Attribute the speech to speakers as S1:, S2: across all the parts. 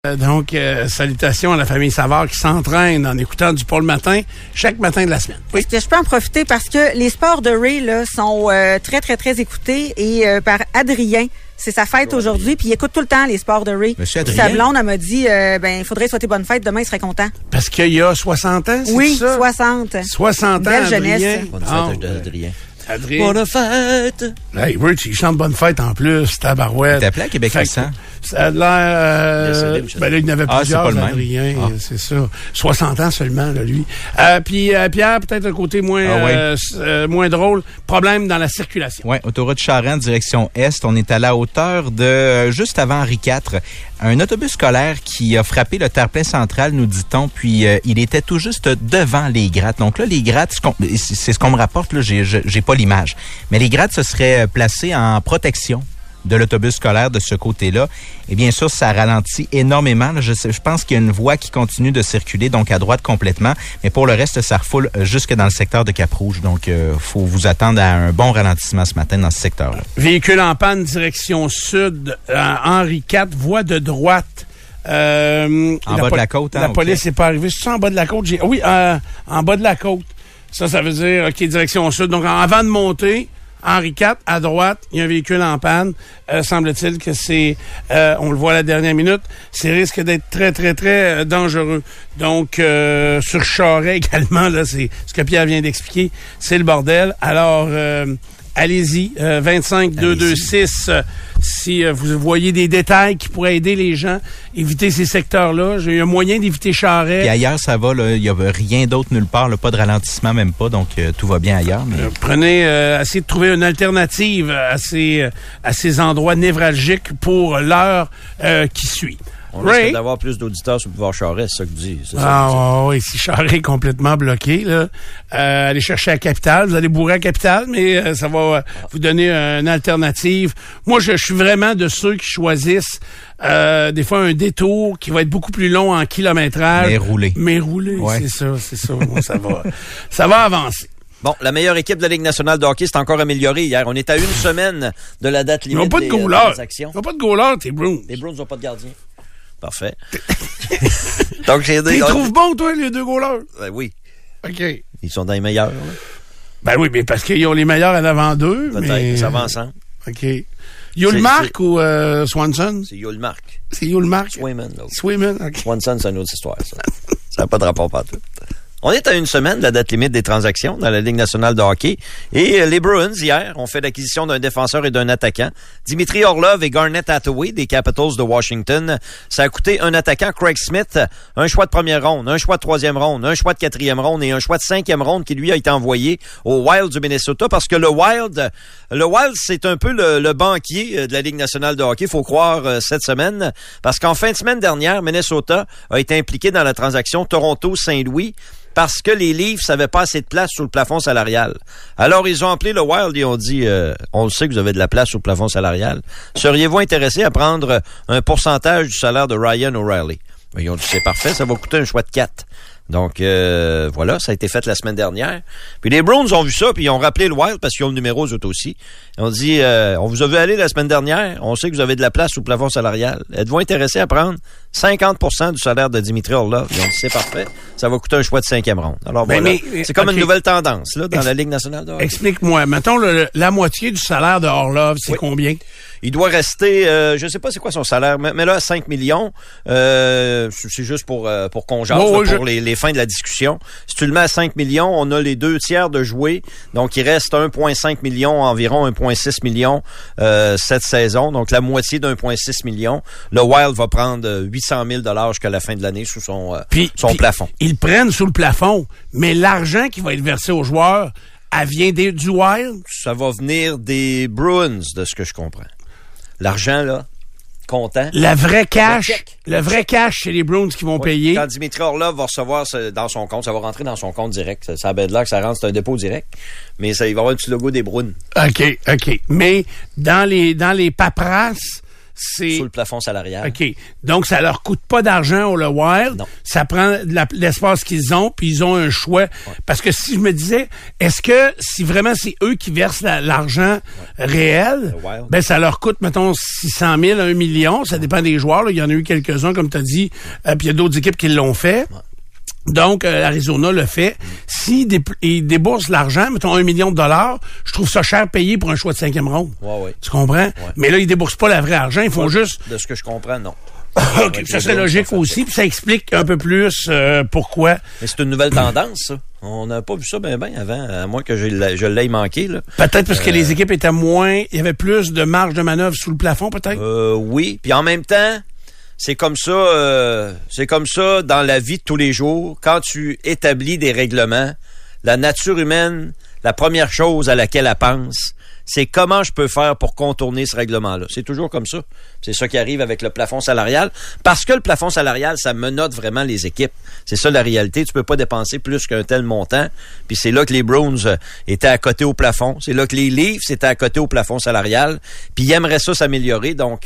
S1: Donc, salutations à la famille Savard qui s'entraîne en écoutant du Paul Matin chaque matin de la semaine.
S2: Oui. Est-ce que je peux en profiter parce que les sports de Ray là, sont très, très, très écoutés et par Adrien. C'est sa fête aujourd'hui, puis il écoute tout le temps les sports de Ray.
S3: Monsieur Adrien.
S2: Sa blonde, elle m'a dit, il faudrait souhaiter bonne fête. Demain, il serait content.
S1: Parce qu'il y a 60 ans, c'est
S2: oui,
S1: ça?
S2: 60.
S1: 60 ans,
S2: Belle
S1: Adrien.
S2: jeunesse.
S3: Bonne fête d'Adrien.
S1: Adrien.
S3: Bonne fête!
S1: Hey, Rich, il chante bonne fête en plus, tabarouette.
S3: T'es appelé à Québec récent?
S1: Ça a l'air... là, il y en avait plusieurs,
S3: c'est pas le
S1: Adrien,
S3: même.
S1: c'est ça. 60 ans seulement, là, lui. Puis, Pierre, peut-être un côté moins drôle. Problème dans la circulation.
S3: Oui, autoroute Charente, direction Est. On est à la hauteur de, juste avant Henri IV, un autobus scolaire qui a frappé le terre-plein central, nous dit-on, puis il était tout juste devant les grattes. Donc là, les grattes, c'est ce qu'on me rapporte, là, j'ai pas l'image. Mais les grattes se seraient placées en protection de l'autobus scolaire de ce côté-là. Et bien sûr, ça ralentit énormément. Là, je pense qu'il y a une voie qui continue de circuler, donc à droite complètement. Mais pour le reste, ça refoule jusque dans le secteur de Cap-Rouge. Donc, faut vous attendre à un bon ralentissement ce matin dans ce secteur-là.
S1: Véhicule en panne, direction sud, Henri IV, voie de droite.
S3: En bas de la côte, hein?
S1: La police n'est pas arrivée. C'est ça, en bas de la côte? Oui, en bas de la côte. Ça veut dire, OK, direction sud. Donc, avant de monter, Henri IV, à droite, il y a un véhicule en panne. Semble-t-il que c'est, on le voit à la dernière minute, c'est risque d'être très, très, très dangereux. Donc, sur Charest également, là, c'est ce que Pierre vient d'expliquer, c'est le bordel. Alors, allez-y, 25-226, si vous voyez des détails qui pourraient aider les gens, éviter ces secteurs-là. J'ai eu un moyen d'éviter Charest.
S3: Puis ailleurs, ça va, là, il n'y a rien d'autre nulle part, là, pas de ralentissement, même pas, donc tout va bien ailleurs. Mais...
S1: essayez de trouver une alternative à ces endroits névralgiques pour l'heure qui suit.
S4: On risque d'avoir plus d'auditeurs sur le pouvoir Charest, c'est ça que tu dis.
S1: Oui, si Charest est complètement bloqué, là, allez chercher la capitale. Vous allez bourrer la capitale, mais ça va vous donner une alternative. Moi, je suis vraiment de ceux qui choisissent des fois un détour qui va être beaucoup plus long en kilométrage. Mais roulé, ouais. C'est ça. Moi, ça va avancer.
S4: Bon, la meilleure équipe de la Ligue nationale de hockey s'est encore améliorée hier. On est à une semaine de la date limite des transactions.
S1: Ils n'ont pas de goaler, tes Bruins.
S4: Les Bruins n'ont pas de gardien. Parfait. Donc, j'ai dit.
S1: Tu les trouves bons, toi, les deux goalers?
S4: Oui.
S1: OK.
S4: Ils sont dans les meilleurs. Là.
S1: Ben oui, mais parce qu'ils ont les meilleurs en avant d'eux.
S4: Peut-être, mais ça va ensemble.
S1: OK. Yulmark ou Swanson?
S4: C'est Yulmark.
S1: C'est Yulmark?
S4: Swayman, OK. Swanson, c'est une autre histoire, ça. Ça n'a pas de rapport partout. On est à une semaine de la date limite des transactions dans la Ligue nationale de hockey. Et les Bruins, hier, ont fait l'acquisition d'un défenseur et d'un attaquant. Dimitri Orlov et Garnet Hathaway des Capitals de Washington. Ça a coûté un attaquant, Craig Smith, un choix de première ronde, un choix de troisième ronde, un choix de quatrième ronde et un choix de cinquième ronde qui, lui, a été envoyé au Wild du Minnesota parce que le Wild, c'est un peu le banquier de la Ligue nationale de hockey, faut croire, cette semaine. Parce qu'en fin de semaine dernière, Minnesota a été impliqué dans la transaction Toronto-Saint-Louis parce que les Leafs n'avaient pas assez de place sous le plafond salarial. Alors, ils ont appelé le Wild et ont dit, on le sait que vous avez de la place sous le plafond salarial. Seriez-vous intéressé à prendre un pourcentage du salaire de Ryan O'Reilly? Ils ont dit, c'est parfait, ça va coûter un choix de 4. Donc, voilà, ça a été fait la semaine dernière. Puis les Browns ont vu ça, puis ils ont rappelé le Wild, parce qu'ils ont le numéro, eux autres aussi. Ils ont dit, on vous a vu aller la semaine dernière, on sait que vous avez de la place sous le plafond salarial. Êtes-vous intéressé à prendre 50% du salaire de Dimitri Orlov? Ils ont dit, c'est parfait, ça va coûter un choix de cinquième ronde. Alors voilà, c'est comme une nouvelle tendance là dans la Ligue nationale de hockey.
S1: Explique-moi, mettons la moitié du salaire de Orlov, c'est combien?
S4: Il doit rester, je sais pas c'est quoi son salaire, mais là, 5 millions, c'est juste pour qu'on jase, pour les fins de la discussion. Si tu le mets à 5 millions, on a les 2/3 de jouer, donc il reste 1,5 million, environ 1,6 million cette saison, donc la moitié d'1,6 million. Le Wild va prendre 800 000 jusqu'à la fin de l'année sous son plafond.
S1: Ils prennent sous le plafond, mais l'argent qui va être versé aux joueurs, elle vient du Wild?
S4: Ça va venir des Bruins, de ce que je comprends. L'argent, là, comptant.
S1: Le vrai cash, c'est les Bruins qui vont payer.
S4: Quand Dimitri Orlov va recevoir dans son compte, ça va rentrer dans son compte direct. Ça a l'air que ça rentre, c'est un dépôt direct. Mais il va y avoir un petit logo des Bruins.
S1: OK. Mais dans les paperasses, c'est...
S4: Sous le plafond salarial.
S1: OK. Donc, ça leur coûte pas d'argent au Le Wild.
S4: Non.
S1: Ça prend l'espace qu'ils ont, puis ils ont un choix. Ouais. Parce que si je me disais, est-ce que si vraiment c'est eux qui versent l'argent réel, ben ça leur coûte, mettons, 600 000, 1 million. Ça dépend des joueurs. Là. Il y en a eu quelques-uns, comme tu as dit. Puis il y a d'autres équipes qui l'ont fait. Ouais. Donc, Arizona le fait. S'ils déboursent l'argent, mettons $1 million, je trouve ça cher payé pour un choix de 5e ronde.
S4: Ouais.
S1: Tu comprends? Ouais. Mais là, ils déboursent pas le vrai argent. Ils font juste...
S4: De ce que je comprends, non.
S1: OK, ça c'est logique aussi, puis ça explique un peu plus pourquoi.
S4: Mais c'est une nouvelle tendance, ça. On n'a pas vu ça ben avant, à moins que je l'aie manqué, là.
S1: Peut-être parce que les équipes étaient moins... Il y avait plus de marge de manœuvre sous le plafond, peut-être?
S4: Oui, puis en même temps... C'est comme ça dans la vie de tous les jours. Quand tu établis des règlements, la nature humaine, la première chose à laquelle elle pense, c'est comment je peux faire pour contourner ce règlement-là. C'est toujours comme ça. C'est ça qui arrive avec le plafond salarial. Parce que le plafond salarial, ça menotte vraiment les équipes. C'est ça la réalité. Tu peux pas dépenser plus qu'un tel montant. Puis c'est là que les Bruins étaient à côté au plafond. C'est là que les Leafs étaient à côté au plafond salarial. Puis ils aimeraient ça s'améliorer. Donc,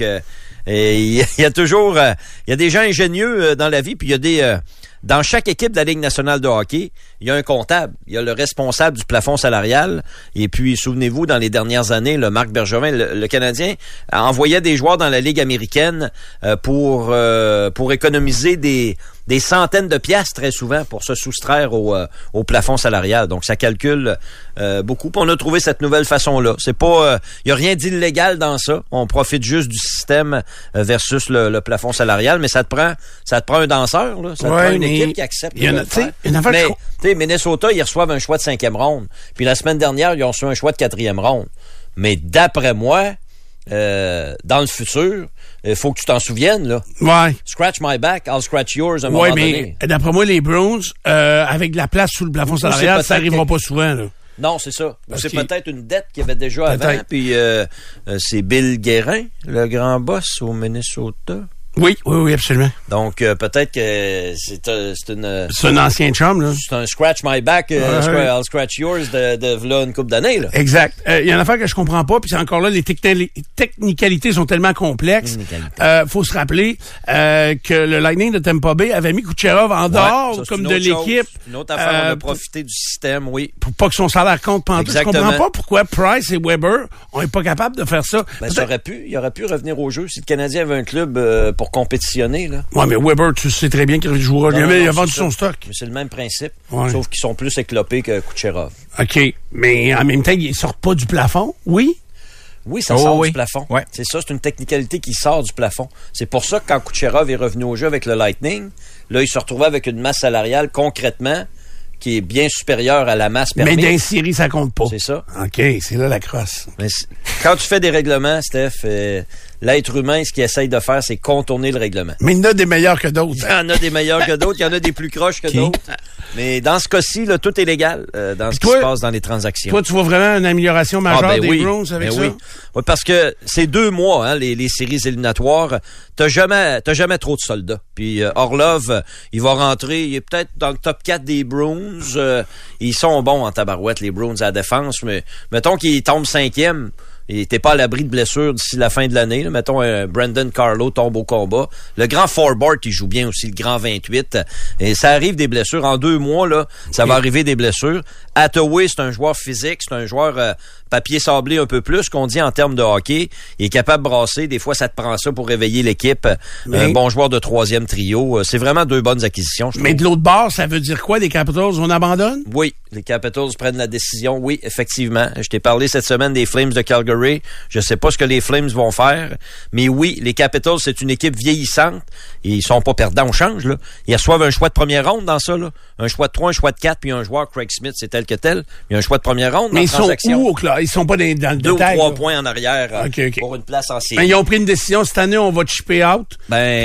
S4: il y a toujours... il y a des gens ingénieux dans la vie. Puis il y a des... dans chaque équipe de la Ligue nationale de hockey, il y a un comptable. Il y a le responsable du plafond salarial. Et puis, souvenez-vous, dans les dernières années, le Marc Bergevin, le Canadien, envoyait des joueurs dans la Ligue américaine pour économiser des centaines de piastres très souvent pour se soustraire au plafond salarial. Donc, ça calcule beaucoup. Puis on a trouvé cette nouvelle façon-là. C'est pas... il y a rien d'illégal dans ça. On profite juste du système versus le plafond salarial. Mais ça te prend un danseur, là. Ça te prend une équipe qui accepte. Mais, Minnesota, ils reçoivent un choix de 5e ronde. Puis la semaine dernière, ils ont reçu un choix de 4e ronde. Mais d'après moi... dans le futur, il faut que tu t'en souviennes, là.
S1: Ouais.
S4: Scratch my back, I'll scratch yours à un moment donné.
S1: Mais d'après moi, les Bruins, avec de la place sous le plafond salarial, ça n'arrivera pas souvent, là.
S4: Non, c'est ça. Okay. C'est peut-être une dette qu'il y avait déjà avant. Puis c'est Bill Guérin, le grand boss au Minnesota.
S1: Oui, absolument.
S4: Donc, peut-être que c'est
S1: un ancien chum, là.
S4: C'est un scratch my back, I'll scratch yours de v'là une couple d'années, là.
S1: Exact. Il y a une affaire que je comprends pas, puis c'est encore là, les technicalités sont tellement complexes. Faut se rappeler que le Lightning de Tampa Bay avait mis Kucherov en dehors, comme de l'équipe.
S4: Une autre affaire, on a profité du système, oui.
S1: Pour pas que son salaire compte pantoute. Je comprends pas pourquoi Price et Weber, on est pas capables de faire ça.
S4: Ben, il aurait pu revenir au jeu si le Canadien avait un club pour compétitionner, là.
S1: Ouais, mais Weber, tu sais très bien qu'il jouera. Il a vendu son stock.
S4: Mais c'est le même principe. Ouais. Sauf qu'ils sont plus éclopés que Kucherov.
S1: OK. Mais en même temps, ils sortent pas du plafond, oui?
S4: Oui, ça sort du plafond. Ouais. C'est ça, c'est une technicalité qui sort du plafond. C'est pour ça que quand Kucherov est revenu au jeu avec le Lightning, là, il se retrouvait avec une masse salariale concrètement qui est bien supérieure à la masse permise.
S1: Mais dans les séries, ça compte pas.
S4: C'est ça.
S1: OK, c'est là la crosse.
S4: Mais quand tu fais des règlements, Steph, l'être humain, ce qu'il essaye de faire, c'est contourner le règlement.
S1: Mais il y en a des meilleurs que d'autres.
S4: Il y en a des meilleurs que d'autres, il y en a des plus croches que d'autres. Mais dans ce cas-ci, là, tout est légal dans ce qui se passe dans les transactions.
S1: Toi, tu vois vraiment une amélioration majeure des Bruins avec ça?
S4: Oui, parce que c'est 2 mois, hein, les séries éliminatoires. T'as jamais trop de soldats. Puis Orlov, il va rentrer, il est peut-être dans le top 4 des Bruins. Ils sont bons en tabarouette, les Bruins à la défense, mais mettons qu'ils tombent 5e. Il n'était pas à l'abri de blessures d'ici la fin de l'année. Là. Mettons, Brandon Carlo tombe au combat. Le grand Forbort, qui joue bien aussi, le grand 28. Et ça arrive des blessures. En 2 mois, là, ça va arriver des blessures. Hathaway, c'est un joueur physique. C'est un joueur papier sablé un peu plus, qu'on dit en termes de hockey. Il est capable de brasser. Des fois, ça te prend ça pour réveiller l'équipe. Un bon joueur de 3e trio. C'est vraiment 2 bonnes acquisitions, je trouve.
S1: Mais de l'autre bord, ça veut dire quoi? Les Capitals, on abandonne?
S4: Oui, les Capitals prennent la décision. Oui, effectivement. Je t'ai parlé cette semaine des Flames de Calgary. Je sais pas ce que les Flames vont faire, mais oui, les Capitals, c'est une équipe vieillissante. Ils sont pas perdants, on change, là. Ils reçoivent un choix de première ronde dans ça, là. Un choix de 3, un choix de 4, puis un joueur, Craig Smith, c'est tel que tel. Il y a un choix de première ronde dans la transaction.
S1: Mais ils sont où, ils sont pas dans le
S4: 2
S1: détail.
S4: 2 ou 3 points en arrière pour une place en série.
S1: Ben, ils ont pris une décision, cette année, on va chipper out.
S4: Ben...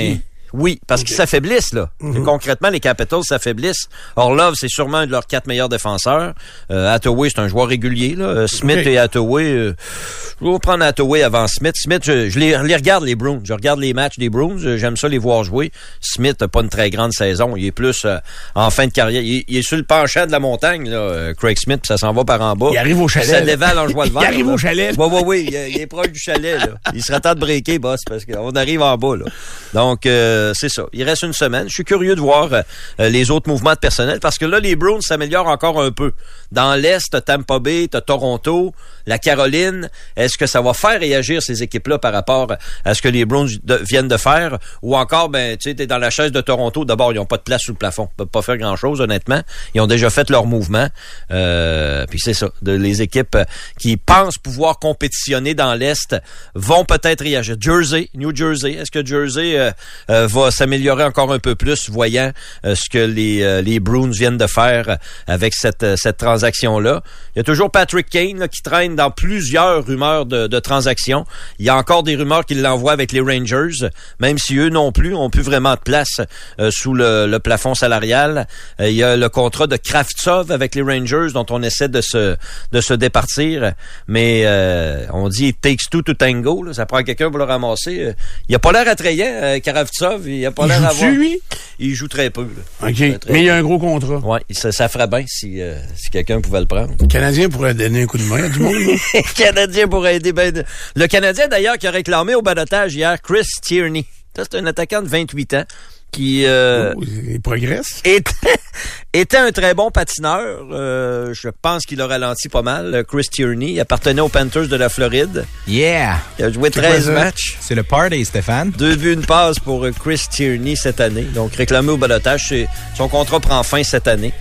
S4: Oui, parce qu'ils s'affaiblissent, là. Concrètement, les Capitals s'affaiblissent. Orlov, c'est sûrement un de leurs 4 meilleurs défenseurs. Hathaway, c'est un joueur régulier, là. Smith et Hathaway, je vais prendre Hathaway avant Smith. Smith, je les regarde, les Bruins. Je regarde les matchs des Bruins. J'aime ça les voir jouer. Smith n'a pas une très grande saison. Il est plus en fin de carrière. Il est sur le penchant de la montagne, là, Craig Smith, puis ça s'en va par en bas.
S1: Il arrive au chalet.
S4: Ça dévale en joie de vert.
S1: Il arrive au chalet.
S4: Oui. Il est proche du chalet, là. Il serait temps de breaker, boss, parce qu'on arrive en bas, là. Donc, c'est ça. Il reste une semaine. Je suis curieux de voir les autres mouvements de personnel parce que là, les Bruins s'améliorent encore un peu. Dans l'Est, t'as Tampa Bay, t'as Toronto, la Caroline. Est-ce que ça va faire réagir ces équipes-là par rapport à ce que les Bruins viennent de faire? Ou encore, ben, tu sais, t'es dans la chaise de Toronto. D'abord, ils n'ont pas de place sous le plafond. Ils peuvent pas faire grand-chose, honnêtement. Ils ont déjà fait leur mouvement. Puis c'est ça. Les équipes qui pensent pouvoir compétitionner dans l'Est vont peut-être réagir. New Jersey. Est-ce que Jersey va s'améliorer encore un peu plus, voyant ce que les Bruins viennent de faire avec cette transaction-là? Il y a toujours Patrick Kane là, qui traîne dans plusieurs rumeurs de transactions. Il y a encore des rumeurs qu'il l'envoie avec les Rangers, même si eux non plus ont plus vraiment de place sous le plafond salarial. Il y a le contrat de Kravtsov avec les Rangers dont on essaie de se départir, mais on dit it takes two to tango. Là, ça prend quelqu'un pour le ramasser. Il a pas l'air attrayant, Kravtsov. Il a pas l'air d'avoir.
S1: Lui?
S4: Il joue très peu. Là.
S1: OK. Mais il y a un gros contrat.
S4: Ouais, ça ferait bien si quelqu'un pouvait le prendre.
S1: Le Canadien pourrait donner un coup de main à du monde.
S4: Le Canadien pourrait aider. Le Canadien, d'ailleurs, qui a réclamé au balotage hier Chris Tierney. Ça, c'est un attaquant de 28 ans qui
S1: il progresse.
S4: Était un très bon patineur. Je pense qu'il a ralenti pas mal. Chris Tierney, il appartenait aux Panthers de la Floride.
S3: Yeah!
S4: Il a joué 13 matchs.
S3: C'est le party, Stéphane.
S4: 2 buts, 1 passe pour Chris Tierney cette année. Donc, réclamé au balotage. Son contrat prend fin cette année.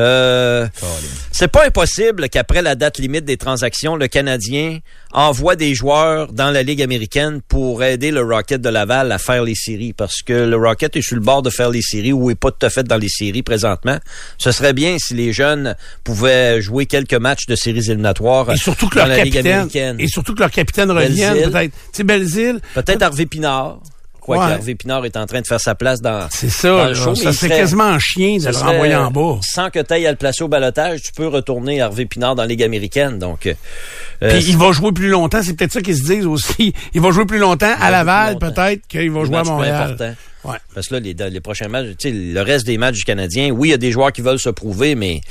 S4: C'est pas impossible qu'après la date limite des transactions, le Canadien envoie des joueurs dans la Ligue américaine pour aider le Rocket de Laval à faire les séries. Parce que le Rocket est sur le bord de faire les séries ou est pas tout à fait dans les séries présentement. Ce serait bien si les jeunes pouvaient jouer quelques matchs de séries éliminatoires dans la Ligue américaine.
S1: Et surtout que leur capitaine revienne, peut-être. Tu sais, Belzile.
S4: Peut-être Harvey Pinard. Harvey Pinard est en train de faire sa place dans le show.
S1: Ça serait quasiment un chien de le renvoyer en bas.
S4: Sans que tu ailles à le placer au balotage, tu peux retourner Harvey Pinard dans la Ligue américaine. Donc,
S1: puis il va jouer plus longtemps. C'est peut-être ça qu'ils se disent aussi. Il va jouer plus longtemps à Laval, peut-être, qu'il va jouer à Montréal. Ouais. Parce que là, les prochains matchs, tu sais, le reste des matchs du Canadien, oui, il y a des joueurs qui veulent se prouver, mais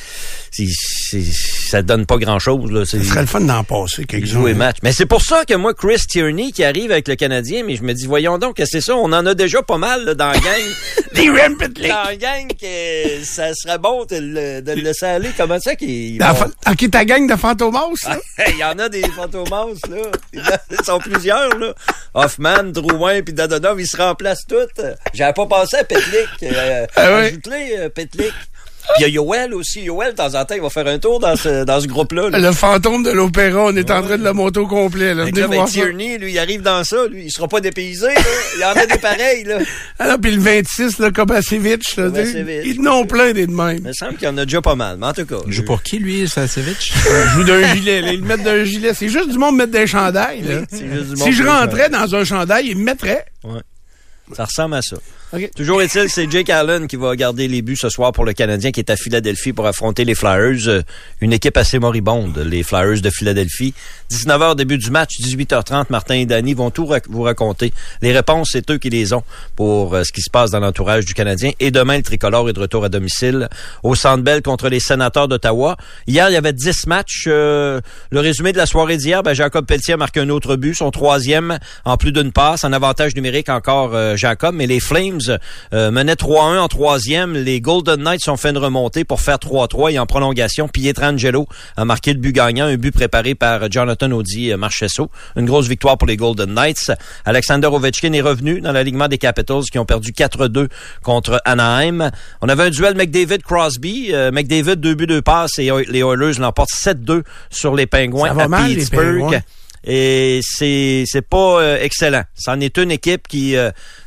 S1: ça donne pas grand-chose. Là. Ce serait le fun d'en passer quelques-uns.
S4: Matchs. Mais c'est pour ça que moi, Chris Tierney, qui arrive avec le Canadien, mais je me dis, voyons donc, que c'est ça, on en a déjà pas mal là, dans la gang.
S1: Des Rampant League.
S4: Dans la gang, que ça serait bon de le laisser aller. Comment ça qu'il...
S1: OK, ta gang de Fantomas, là?
S4: Il y en a des Fantomas, là. Ils sont plusieurs, là. Hoffman, Drouin, puis Dadonov, ils se remplacent tous. J'avais pas pensé à Petlik. Ajoute-les, Petlik. Puis il y a Yoel aussi. Yoel, de temps en temps, il va faire un tour dans ce groupe-là.
S1: Le fantôme de l'opéra, on est en train de le monter au complet. Là.
S4: Tierney, lui, il arrive dans ça. Lui, il sera pas dépaysé. Là. Il y en a des pareils. Là.
S1: Alors, puis le 26, là, Kovacevic. Ils n'ont plein des de même. Il
S4: me semble qu'il y en a déjà pas mal. Mais en tout cas.
S3: Il joue pour qui, lui, Kovacevic?
S1: Il joue d'un gilet. Là. Ils le mettent d'un gilet. C'est juste du monde mettre des chandails. Là. Si je rentrais dans un chandail, il me mettrait.
S4: Ouais. Ça ressemble à ça. Okay. Toujours est-il, c'est Jake Allen qui va garder les buts ce soir pour le Canadien qui est à Philadelphie pour affronter les Flyers. Une équipe assez moribonde, les Flyers de Philadelphie. 19h début du match, 18h30, Martin et Danny vont tout vous raconter. Les réponses, c'est eux qui les ont pour ce qui se passe dans l'entourage du Canadien. Et demain, le Tricolore est de retour à domicile au Centre Bell contre les Sénateurs d'Ottawa. Hier, il y avait 10 matchs. Le résumé de la soirée d'hier, Jacob Pelletier a marqué un autre but, son 3e en plus d'une passe. En avantage numérique encore Jacob, mais les Flames menaient 3-1 en 3e. Les Golden Knights ont fait une remontée pour faire 3-3 et en prolongation, Pietrangelo a marqué le but gagnant, un but préparé par Jonathan Audy-Marchessault. Une grosse victoire pour les Golden Knights. Alexander Ovechkin est revenu dans l'alignement des Capitals qui ont perdu 4-2 contre Anaheim. On avait un duel McDavid-Crosby. McDavid, 2 buts, 2 passes et les Oilers l'emportent 7-2 sur les Pingouins à Pittsburgh. Et c'est pas excellent. C'en est une équipe qui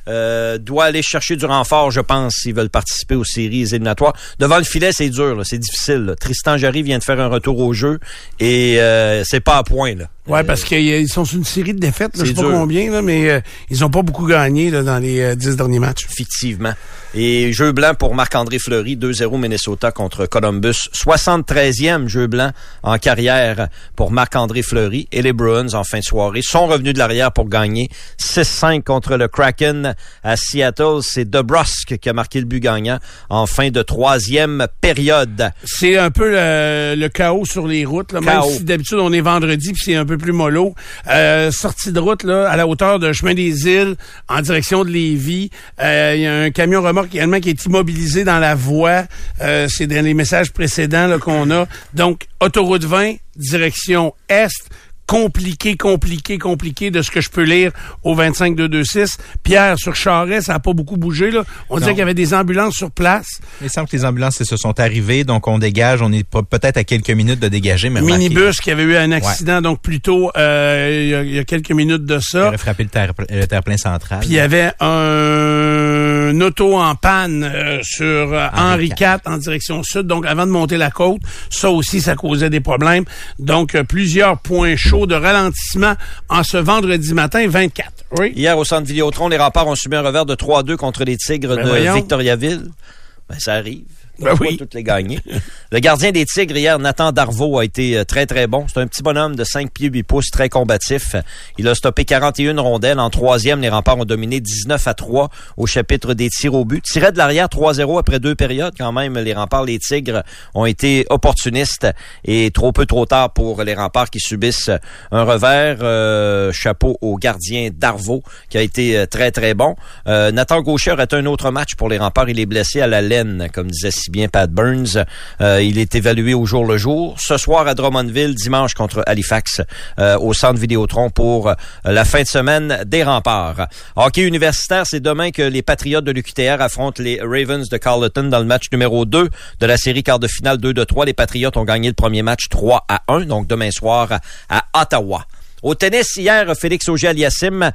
S4: doit aller chercher du renfort, je pense, s'ils veulent participer aux séries éliminatoires. Devant le filet, c'est dur, là, c'est difficile. Là. Tristan Jarry vient de faire un retour au jeu et c'est pas à point. Là.
S1: Ouais, parce qu'ils sont sur une série de défaites, là, je sais pas combien, là, mais ils ont pas beaucoup gagné là, dans les 10 derniers matchs.
S4: Effectivement. Et jeu blanc pour Marc-André Fleury, 2-0 Minnesota contre Columbus. 73e jeu blanc en carrière pour Marc-André Fleury. Et les Bruins, en fin de soirée, sont revenus de l'arrière pour gagner 6-5 contre le Kraken à Seattle. C'est DeBrusk qui a marqué le but gagnant en fin de troisième période.
S1: C'est un peu le chaos sur les routes, là, même si d'habitude on est vendredi puis c'est un peu plus mollo. Sortie de route là, à la hauteur de Chemin des Îles en direction de Lévis. Il y a un camion remorque également qui est immobilisé dans la voie. C'est dans les messages précédents là, qu'on a. Donc, autoroute 20, direction Est. Compliqué de ce que je peux lire au 25-226. Pierre, sur Charest, ça n'a pas beaucoup bougé, là. On disait qu'il y avait des ambulances sur place.
S3: Il semble que les ambulances se sont arrivées, donc on dégage. On est peut-être à quelques minutes de dégager. Mais
S1: minibus qui avait eu un accident, donc plutôt il y a quelques minutes de ça.
S3: Il aurait frappé le terre-plein central.
S1: Puis il y avait un auto en panne sur Henri IV en direction sud, donc avant de monter la côte. Ça aussi, ça causait des problèmes. Donc, plusieurs points chauds de ralentissement en ce vendredi matin 24. Oui.
S4: Hier, au centre Vidéotron, les Remparts ont subi un revers de 3-2 contre les Tigres de Victoriaville. Ben, ça arrive.
S1: Ben oui.
S4: Toutes les gagner. Le gardien des Tigres hier, Nathan Darvaux, a été très, très bon. C'est un petit bonhomme de 5 pieds 8 pouces, très combatif. Il a stoppé 41 rondelles. En troisième, les Remparts ont dominé 19-3 au chapitre des tirs au but. Tirait de l'arrière 3-0 après 2 périodes. Quand même, les Remparts, les Tigres ont été opportunistes et trop peu trop tard pour les Remparts qui subissent un revers. Chapeau au gardien Darvaux qui a été très, très bon. Nathan Gaucher aurait un autre match pour les Remparts. Il est blessé à la laine, comme disait si bien Pat Burns. Il est évalué au jour le jour. Ce soir à Drummondville, dimanche contre Halifax, au centre Vidéotron pour la fin de semaine des Remparts. Hockey universitaire, c'est demain que les Patriotes de l'UQTR affrontent les Ravens de Carleton dans le match numéro 2 de la série quart de finale 2-3. Les Patriotes ont gagné le premier match 3-1, donc demain soir à Ottawa. Au tennis, hier, Félix Auger-Aliassime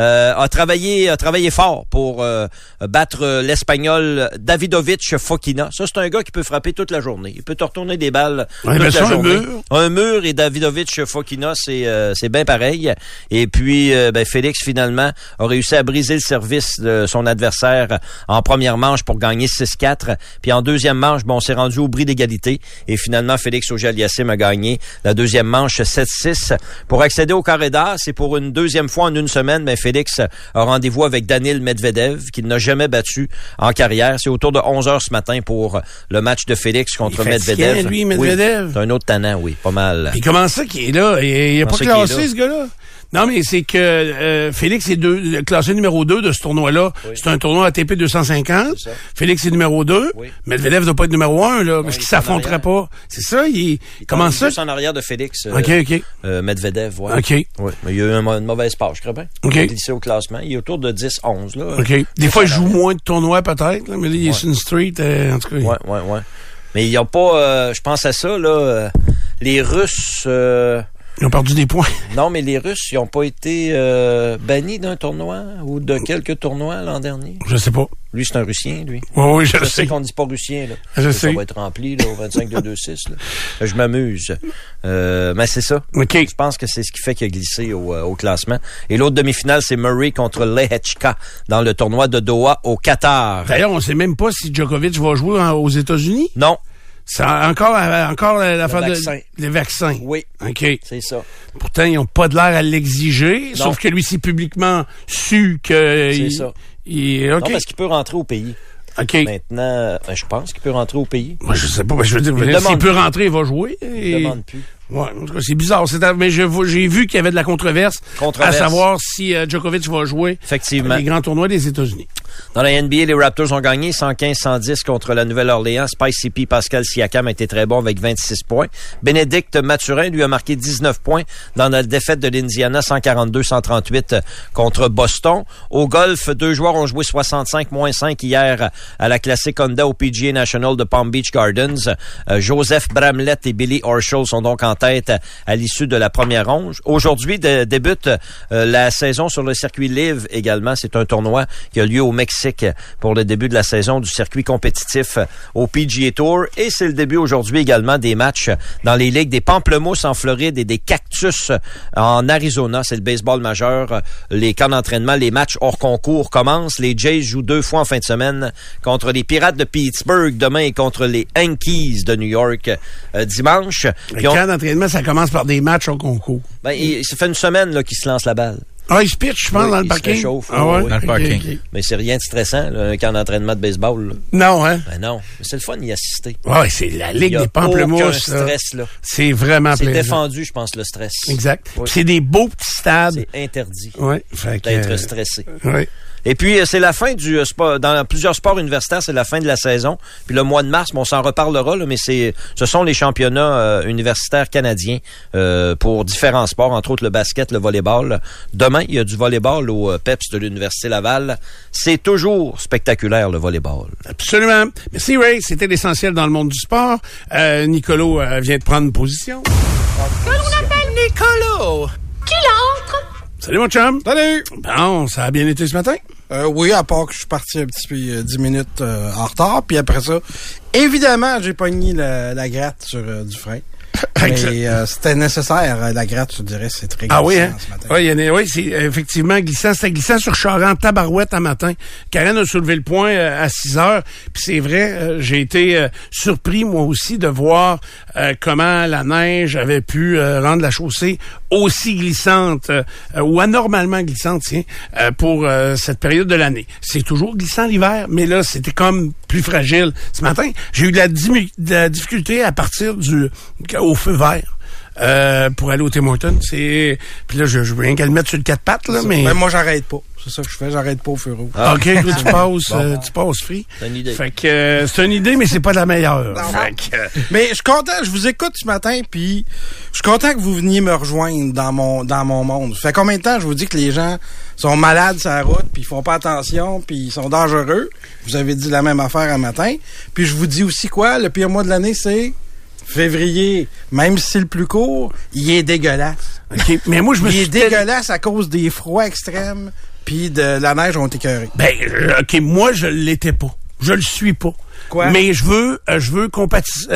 S4: a travaillé fort pour battre l'Espagnol Davidovich Fokina. Ça, c'est un gars qui peut frapper toute la journée. Il peut te retourner des balles toute la journée. Un mur et Davidovich Fokina, c'est bien pareil. Et puis, Félix, finalement, a réussi à briser le service de son adversaire en première manche pour gagner 6-4. Puis en deuxième manche, on s'est rendu au bris d'égalité. Et finalement, Félix Auger-Aliassime a gagné la deuxième manche 7-6. Pour accéder au carré d'as, c'est pour une deuxième fois en une semaine, Félix a rendez-vous avec Danil Medvedev, qu'il n'a jamais battu en carrière. C'est autour de 11h ce matin pour le match de Félix contre Medvedev.
S1: Lui, Medvedev.
S4: Oui, c'est un autre tannant, oui, pas mal.
S1: Et comment ça qu'il est là? Il n'a pas classé, ce gars-là? Non, mais c'est que Félix est classé numéro 2 de ce tournoi-là. Oui. C'est un tournoi ATP 250. Félix est numéro 2. Oui. Medvedev ne doit pas être numéro 1, là, parce qu'il s'affronterait pas. C'est ça? Il comment ça?
S4: Juste en arrière de Félix.
S1: OK.
S4: Medvedev, ouais.
S1: OK.
S4: Oui, mais il y a eu une mauvaise passe, je crois bien.
S1: OK.
S4: Il est glissé au classement. Il est autour de 10-11, là.
S1: OK. Des fois, il joue moins de tournois, peut-être, là, mais là, il est sur une street, en tout cas.
S4: Ouais. Mais il n'y a pas, je pense à ça, là, les Russes...
S1: Ils ont perdu des points.
S4: Non, mais les Russes, ils n'ont pas été bannis d'un tournoi ou de quelques tournois l'an dernier.
S1: Je sais pas.
S4: Lui, c'est un Russien, lui.
S1: Oui, je sais.
S4: Je sais qu'on ne dit pas Russien, là.
S1: Je sais.
S4: Ça va être rempli, là, au 25-226, là. Je m'amuse. Mais c'est ça.
S1: OK.
S4: Je pense que c'est ce qui fait qu'il a glissé au classement. Et l'autre demi-finale, c'est Murray contre Lehechka dans le tournoi de Doha au Qatar.
S1: D'ailleurs, on ne sait même pas si Djokovic va jouer aux États-Unis.
S4: Non.
S1: C'est encore l'affaire des vaccins.
S4: Oui.
S1: OK.
S4: C'est ça.
S1: Pourtant, ils n'ont pas de l'air à l'exiger, sauf que lui, c'est publiquement su que...
S4: C'est ça.
S1: Okay.
S4: Non, parce qu'il peut rentrer au pays.
S1: OK.
S4: Maintenant, je pense qu'il peut rentrer au pays.
S1: Moi, je sais pas. Je veux dire, s'il peut rentrer, il va jouer.
S4: Il ne demande plus.
S1: Ouais, en tout cas, c'est bizarre. Mais j'ai vu qu'il y avait de la controverse. À savoir si Djokovic va jouer les grands tournois des États-Unis.
S4: Dans la NBA, les Raptors ont gagné 115-110 contre la Nouvelle-Orléans. Spicy P. Pascal Siakam a été très bon avec 26 points. Bénédicte Mathurin lui a marqué 19 points dans la défaite de l'Indiana 142-138 contre Boston. Au golf, 2 joueurs ont joué 65-5 hier à la Classic Honda au PGA National de Palm Beach Gardens. Joseph Bramlett et Billy Horschel sont donc en en tête à l'issue de la première ronde. Aujourd'hui débute la saison sur le circuit LIV également. C'est un tournoi qui a lieu au Mexique pour le début de la saison du circuit compétitif au PGA Tour. Et c'est le début aujourd'hui également des matchs dans les ligues des Pamplemousses en Floride et des Cactus en Arizona. C'est le baseball majeur. Les camps d'entraînement, les matchs hors concours commencent. Les Jays jouent 2 fois en fin de semaine contre les Pirates de Pittsburgh demain et contre les Yankees de New York dimanche.
S1: Les camps d'entraînement, ça commence par des matchs hors concours.
S4: Ça fait une semaine là, qu'ils se lancent la balle.
S1: Ah, il se pitch, je pense, dans le parking.
S4: Il se réchauffe.
S1: Ah ouais?
S3: Dans le parking.
S1: Okay.
S4: Mais c'est rien de stressant, là, un camp d'entraînement de baseball. Là.
S1: Non, hein?
S4: Ben non. Mais c'est le fun d'y assister.
S1: Ouais, c'est la Ligue des Pamplemousses.
S4: Aucun stress, là.
S1: C'est vraiment plaisant.
S4: C'est défendu, je pense, le stress.
S1: Exact.
S4: Oui.
S1: C'est des beaux petits stades.
S4: C'est interdit.
S1: Oui.
S4: D'être stressé.
S1: Oui.
S4: Et puis, c'est la fin du sport. Dans plusieurs sports universitaires, c'est la fin de la saison. Puis le mois de mars, on s'en reparlera, là, mais ce sont les championnats universitaires canadiens pour différents sports, entre autres le basket, le volleyball. Demain, il y a du volleyball au PEPS de l'Université Laval. C'est toujours spectaculaire, le volleyball.
S1: Absolument. Merci, Ray. C'était l'essentiel dans le monde du sport. Nicolo vient de prendre position.
S5: Que l'on appelle Nicolo. Qui entre?
S1: Salut, mon chum.
S6: Salut!
S1: Bon, ça a bien été ce matin?
S6: Oui, à part que je suis parti un petit peu 10 minutes en retard. Puis après ça, évidemment, j'ai pogné la gratte sur du frein. Mais c'était nécessaire, la gratte, je dirais, c'est très glissant
S1: oui, hein?
S6: ce matin.
S1: Oui, c'est effectivement glissant. C'était glissant sur Charan, tabarouette un matin. Karen a soulevé le point à 6 heures. Puis c'est vrai, j'ai été surpris, moi aussi, de voir comment la neige avait pu rendre la chaussée aussi glissante, ou anormalement glissante, tiens, pour cette période de l'année. C'est toujours glissant l'hiver, mais là, c'était comme plus fragile. Ce matin, j'ai eu de la difficulté à partir au feu vert. Pour aller au Tim Hortons, puis là je veux rien qu'à le mettre sur le 4 pattes là, mais
S6: moi j'arrête pas. C'est ça que je fais, j'arrête pas au feu rouge.
S1: OK, toi, tu passes free.
S4: C'est une idée.
S1: Fait que c'est une idée, mais c'est pas la meilleure.
S6: Mais je suis content, je vous écoute ce matin, puis je suis content que vous veniez me rejoindre dans mon monde. Ça fait combien de temps je vous dis que les gens sont malades sur la route, puis ils font pas attention, puis ils sont dangereux. Vous avez dit la même affaire un matin. Puis je vous dis aussi quoi, le pire mois de l'année, c'est février, même si c'est le plus court, il est dégueulasse.
S1: OK, mais moi je me suis
S6: dégueulasse à cause des froids extrêmes puis de la neige ont été écœurés.
S1: OK, moi je l'étais pas. Je le suis pas.
S6: Quoi?
S1: Mais je veux compatir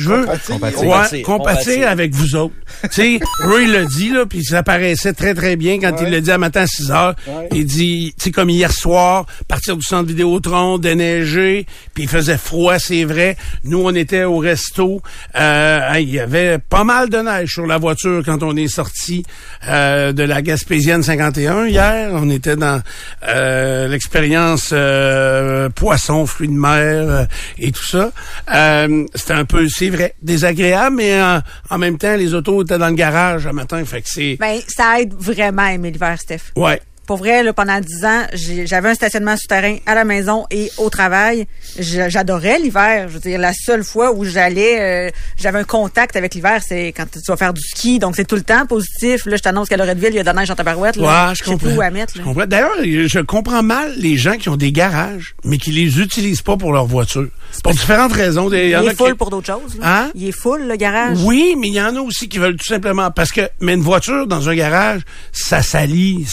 S1: avec vous autres. Tu sais, Ray l'a dit, là, puis ça paraissait très, très bien quand il l'a dit à matin à 6 heures. Ouais. Il dit, tu sais, comme hier soir, partir du centre Vidéotron, déneiger, puis il faisait froid, c'est vrai. Nous, on était au resto. Il y avait pas mal de neige sur la voiture quand on est sorti de la Gaspésienne 51 hier. On était dans l'expérience poisson, fruits de mer et tout ça. C'était un peu, c'est vrai, désagréable, mais en même temps, les autos étaient dans le garage un matin, fait que c'est...
S2: Ça aide vraiment à aimer l'hiver, Steph.
S1: Ouais.
S2: Pour vrai, là, pendant 10 ans, j'avais un stationnement souterrain à la maison et au travail. J'adorais l'hiver. Je veux dire, la seule fois où j'avais un contact avec l'hiver, c'est quand tu vas faire du ski. Donc, c'est tout le temps positif. Là, je t'annonce qu'à Loretteville, il y a de la neige en tabarouette. Là.
S1: Ouais, je comprends.
S2: Je sais plus où à mettre. Là.
S1: Je comprends. D'ailleurs, je comprends mal les gens qui ont des garages, mais qui les utilisent pas pour leur voiture. Pour différentes raisons.
S2: Il est full pour d'autres choses. Là.
S1: Hein?
S2: Il est full, le garage.
S1: Oui, mais il y en a aussi qui veulent tout simplement... Mais une voiture dans un garage, ça salit,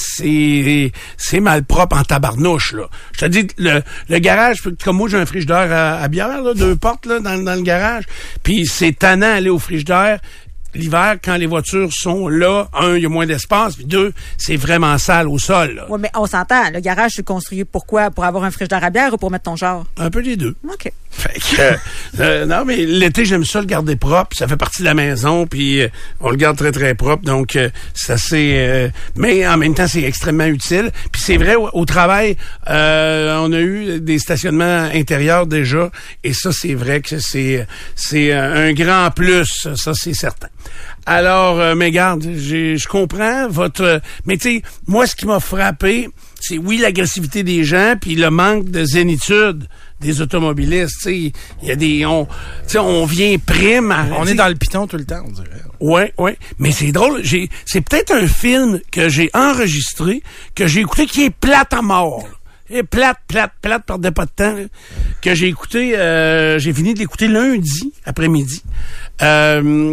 S1: c'est mal propre en tabarnouche, là. Je te dis, le garage, comme moi, j'ai un frigidaire à bière, là, 2 portes, là, dans le garage. Puis c'est tannant aller au frigidaire. L'hiver, quand les voitures sont là, 1, il y a moins d'espace, puis 2, c'est vraiment sale au sol, là.
S2: Oui, mais on s'entend. Le garage, c'est construit pourquoi? Pour avoir un frigidaire à bière ou pour mettre ton char?
S1: Un peu les deux.
S2: OK.
S1: Fait que, non, mais l'été, j'aime ça le garder propre. Ça fait partie de la maison, puis on le garde très, très propre. Donc, c'est assez... mais en même temps, c'est extrêmement utile. Puis c'est vrai, au travail, on a eu des stationnements intérieurs déjà. Et ça, c'est vrai que c'est un grand plus. Ça, c'est certain. Alors, mais garde, je comprends votre... Mais tu sais, moi, ce qui m'a frappé, c'est oui, l'agressivité des gens, puis le manque de zénitude des automobilistes. Tu sais, il y a des... On vient prime...
S6: On est dans le piton tout le temps, on dirait.
S1: Oui. Mais c'est drôle, c'est peut-être un film que j'ai enregistré, que j'ai écouté, qui est plate à mort. Et plate, perdait pas de temps. Là, que j'ai écouté, j'ai fini de l'écouter lundi après-midi.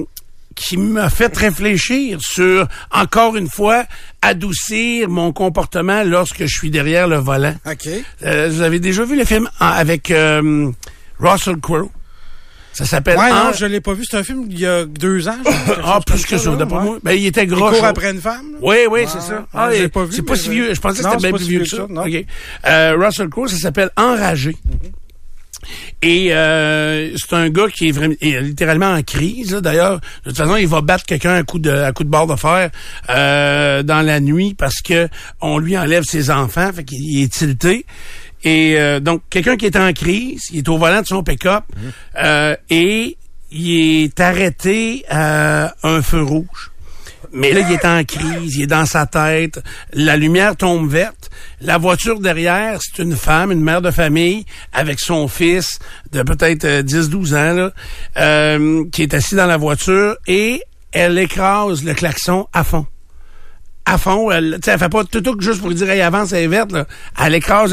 S1: qui m'a fait réfléchir sur, encore une fois, adoucir mon comportement lorsque je suis derrière le volant.
S6: OK.
S1: Vous avez déjà vu le film avec Russell Crowe? Ça s'appelle...
S6: Ouais, non, je l'ai pas vu. C'est un film il y a 2 ans.
S1: Plus que ça, d'après moi. Ben, il était gros.
S6: Il court après une femme? Là?
S1: Oui, c'est ça.
S6: Je l'ai pas vu.
S1: C'est pas si vieux. Je pensais que c'était bien plus vieux que ça.
S6: Non.
S1: OK. Russell Crowe, ça s'appelle Enragé. Et c'est un gars qui est vraiment littéralement en crise. Là. D'ailleurs, de toute façon, il va battre quelqu'un à coup de barre de fer dans la nuit parce que on lui enlève ses enfants, fait qu'il est tilté. Et donc, quelqu'un qui est en crise, il est au volant de son pick-up et il est arrêté à un feu rouge. Mais là, il est en crise, il est dans sa tête, la lumière tombe verte, la voiture derrière, c'est une femme, une mère de famille, avec son fils de peut-être 10-12 ans, là, qui est assis dans la voiture, et elle écrase le klaxon à fond. À fond, elle fait pas tout juste pour dire « Hey, avance, elle est verte », là. Elle écrase le...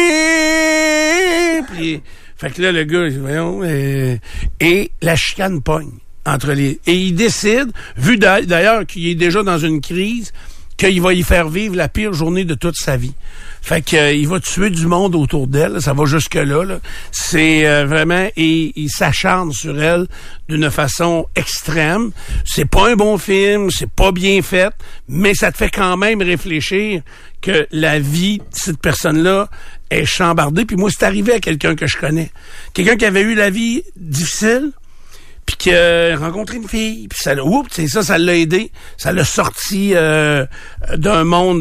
S1: Puis, fait que là, le gars, voyons, et la chicane pogne. Et il décide, vu d'ailleurs qu'il est déjà dans une crise, qu'il va y faire vivre la pire journée de toute sa vie. Fait que il va tuer du monde autour d'elle, ça va jusque-là. Là. C'est vraiment... Et il s'acharne sur elle d'une façon extrême. C'est pas un bon film, c'est pas bien fait, mais ça te fait quand même réfléchir que la vie de cette personne-là est chambardée. Puis moi, c'est arrivé à quelqu'un que je connais. Quelqu'un qui avait eu la vie difficile, puis qu'il a rencontré une fille, puis ça l'a aidé, ça l'a sorti d'un monde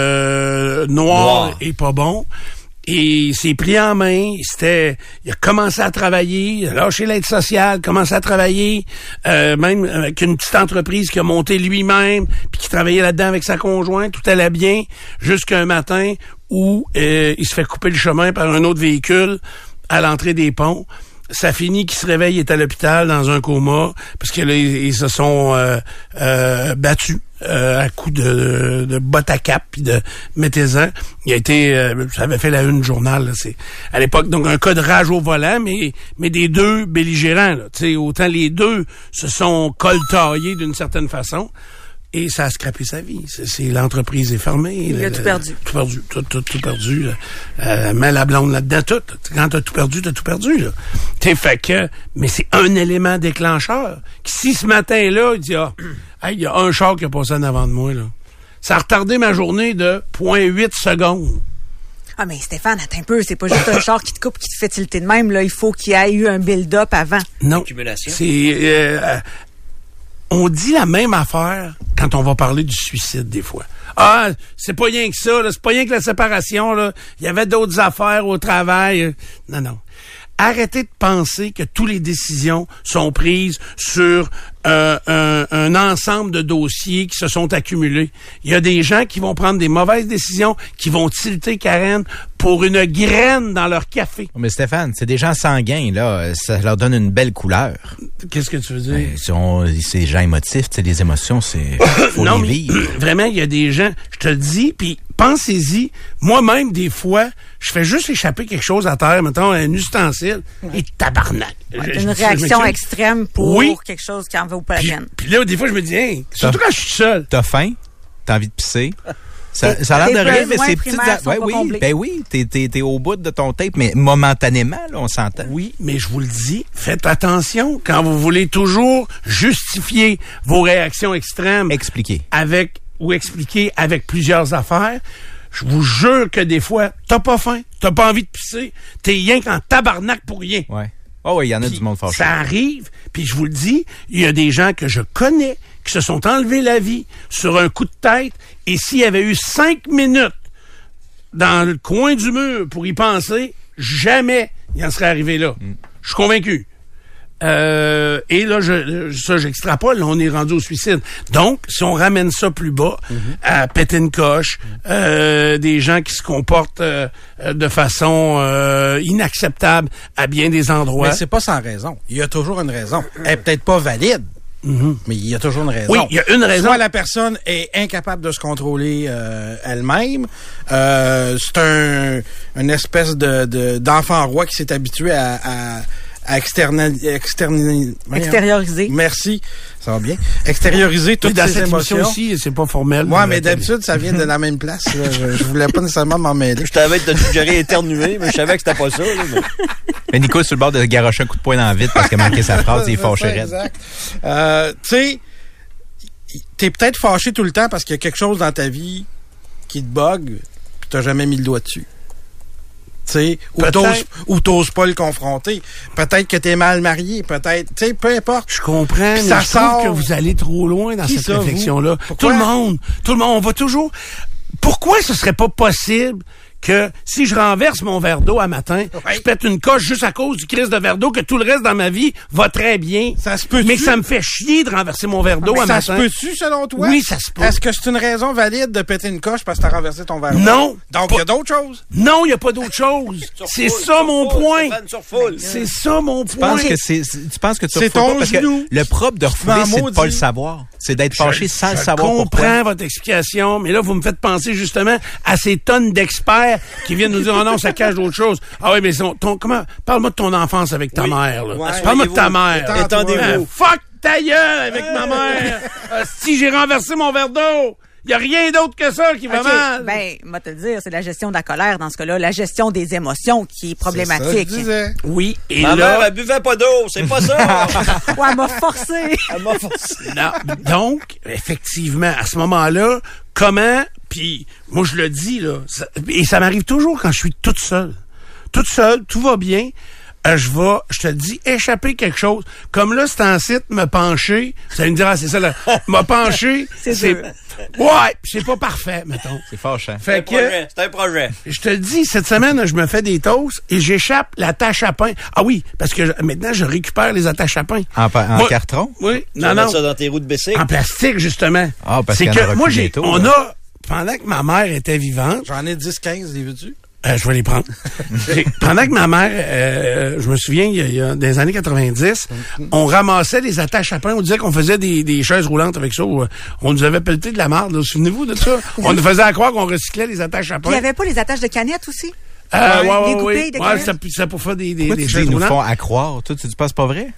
S1: noir et pas bon. Et il s'est pris en main, il a commencé à travailler, il a lâché l'aide sociale, commencé à travailler, même avec une petite entreprise qu'il a montée lui-même, puis qui travaillait là-dedans avec sa conjointe, tout allait bien, jusqu'à un matin où il se fait couper le chemin par un autre véhicule à l'entrée des ponts. Ça finit qu'il se réveille, il est à l'hôpital dans un coma parce que là, ils se sont battus à coups de bottes à cap puis de mettez-en. Il a été, ça avait fait la une du journal. Là, c'est à l'époque donc un cas de rage au volant, mais des deux belligérants. Là, tu sais, autant les deux se sont coltaillés d'une certaine façon. Et ça a scrappé sa vie. C'est l'entreprise est fermée.
S2: Il a tout perdu.
S1: Tout perdu. Mets la blonde là-dedans, tout. Quand t'as tout perdu, t'as tout perdu, là. T'sais, fait que, mais c'est un élément déclencheur. Si ce matin-là, il dit, il y a un char qui a passé en avant de moi, là. Ça a retardé ma journée de 0.8 secondes.
S2: Ah, mais Stéphane, attends un peu. C'est pas juste un char qui te coupe, qui te fait tilter de même, là. Il faut qu'il y ait eu un build-up avant.
S1: Non.
S4: Accumulation.
S1: C'est, on dit la même affaire quand on va parler du suicide des fois. Ah, c'est pas rien que ça, là, c'est pas rien que la séparation, là. Il y avait d'autres affaires au travail. Non. Arrêtez de penser que toutes les décisions sont prises sur un ensemble de dossiers qui se sont accumulés. Il y a des gens qui vont prendre des mauvaises décisions, qui vont tilter Karen pour une graine dans leur café.
S3: Mais Stéphane, c'est des gens sanguins, là. Ça leur donne une belle couleur.
S1: Qu'est-ce que tu veux dire?
S3: C'est des gens émotifs, tu sais, les émotions, c'est... faut
S1: non,
S3: les vivre.
S1: Vraiment, il y a des gens, je te le dis, puis pensez-y, moi-même, des fois, je fais juste échapper quelque chose à terre, mettons, un ustensile, et tabarnak.
S2: Une réaction extrême pour quelque chose qui en vaut pas la peine.
S1: Puis là, des fois, je me dis, hey, surtout quand je suis seul.
S3: T'as faim? T'as envie de pisser? Ça a l'air de rien, mais c'est petites... T'es au bout de ton tape, mais momentanément, là, on s'entend.
S1: Oui, mais je vous le dis, faites attention quand vous voulez toujours justifier vos réactions extrêmes.
S3: Expliquer
S1: avec plusieurs affaires. Je vous jure que des fois, t'as pas faim, t'as pas envie de pisser, t'es rien qu'en tabarnak pour rien.
S3: Ouais. Oh oui, il y en a du monde fâché.
S1: Ça arrive, puis je vous le dis, il y a des gens que je connais qui se sont enlevés la vie sur un coup de tête, et s'il y avait eu 5 minutes dans le coin du mur pour y penser, jamais il en serait arrivé là. Je suis convaincu. Et là, j'extrapole, là, on est rendu au suicide. Donc, si on ramène ça plus bas, à péter une coche, des gens qui se comportent de façon inacceptable à bien des endroits.
S6: Mais c'est pas sans raison. Il y a toujours une raison. Elle est peut-être pas valide, mais il y a toujours une raison.
S1: Oui, il y a une raison.
S6: Soit la personne est incapable de se contrôler elle-même. C'est une espèce d'enfant roi qui s'est habitué à
S2: extérioriser.
S6: Merci. Ça va bien. Extérioriser toutes
S1: dans
S6: ces
S1: cette
S6: émotions.
S1: émission aussi, c'est pas formel.
S6: Ouais, mais d'habitude, ça vient de la même place. Là. Je voulais pas nécessairement m'en mêler.
S4: Je t'avais suggéré éternuer, mais je savais que c'était pas ça. Là,
S3: Mais Nico est sur le bord de garocher un coup de poing dans la vitre parce qu'il a manqué sa phrase et il est fâché raide.
S6: Exact. Tu sais, t'es peut-être fâché tout le temps parce qu'il y a quelque chose dans ta vie qui te bug, puis t'as jamais mis le doigt dessus. Tu sais, ou t'oses pas le confronter. Peut-être que t'es mal marié, peut-être, tu sais, peu importe.
S1: Je comprends, mais
S6: ça
S1: je trouve que vous allez trop loin dans cette
S6: ça,
S1: réflexion-là.
S6: vous?
S1: Tout le monde, on va toujours... Pourquoi ce serait pas possible que si je renverse mon verre d'eau à matin, je pète une coche juste à cause du crise de verre d'eau, que tout le reste dans ma vie va très bien.
S6: Ça se peut-tu?
S1: Mais que ça me fait chier de renverser mon verre d'eau à matin.
S6: Ça se peut-tu, selon toi?
S1: Oui, ça se peut.
S6: Est-ce que c'est une raison valide de péter une coche parce que t'as renversé ton verre d'eau?
S1: Non.
S6: Donc, il y a d'autres choses?
S1: Non, il n'y a pas d'autre chose. C'est ça mon point. C'est ça mon
S3: Tu
S1: point.
S3: penses que tu penses que tu
S6: C'est
S3: refoules
S6: ton
S3: pas parce que
S6: genou.
S3: le propre de refouler, c'est de pas le savoir. C'est d'être fâché sans le savoir
S1: Je
S3: pourquoi.
S1: comprends votre explication, mais là, vous me faites penser justement à ces tonnes d'experts qui viennent nous dire, oh non, ça cache d'autres choses. Ah oui, mais parle-moi de ton enfance avec ta mère, là.
S6: Ouais.
S1: Parle-moi de ta mère.
S6: Étendez-vous.
S1: Fuck ta gueule avec ma mère. Si j'ai renversé mon verre d'eau, il n'y a rien d'autre que ça qui va mal.
S2: Ben, moi te le dire, c'est la gestion de la colère dans ce cas-là, la gestion des émotions qui est problématique.
S6: C'est ça, je disais.
S1: Oui, et
S4: Ma
S1: là...
S4: mère, elle buvait pas d'eau, c'est pas ça.
S2: Ouais, elle m'a forcé.
S4: Elle m'a forcé.
S1: Non. Donc, effectivement, à ce moment-là, comment, puis moi je le dis, là, et ça m'arrive toujours quand je suis toute seule. Toute seule, tout va bien. Je te le dis, échapper quelque chose. Comme là, c'est en site, me pencher. Vous allez me dire, ah, c'est ça, là. Me pencher,
S2: c'est dur.
S1: Ouais, pis c'est pas parfait, mettons.
S3: C'est fâchant.
S1: Fait que,
S4: C'est un projet.
S1: je te le dis, cette semaine, je me fais des toasts et j'échappe l'attache à pain. Ah oui, parce que maintenant, je récupère les attaches à pain.
S3: En carton?
S1: Oui,
S4: Tu vas
S1: non.
S4: mettre ça dans tes roues de bicycle.
S1: En plastique, justement.
S3: Ah, parce
S1: c'est
S3: qu'il y en
S1: que
S3: aura
S1: moi,
S3: plus bientôt,
S1: on
S3: là.
S1: a, pendant que ma mère était vivante,
S6: J'en ai 10-15, les veux-tu?
S1: je vais les prendre. Pendant que ma mère, je me souviens, il y a des années 90, on ramassait les attaches à pain. On disait qu'on faisait des chaises roulantes avec ça. On nous avait pelleté de la marde. Là. Souvenez-vous de ça? On nous faisait croire qu'on recyclait les attaches à pain.
S2: Il n'y avait pas les attaches de canettes aussi?
S1: Ouais,
S2: de
S1: ouais,
S2: canettes?
S1: c'est pour faire des
S3: Pourquoi tu dis,
S1: chaises
S3: ils nous
S1: roulantes.
S3: font à croire? Toi, tu penses pas vrai?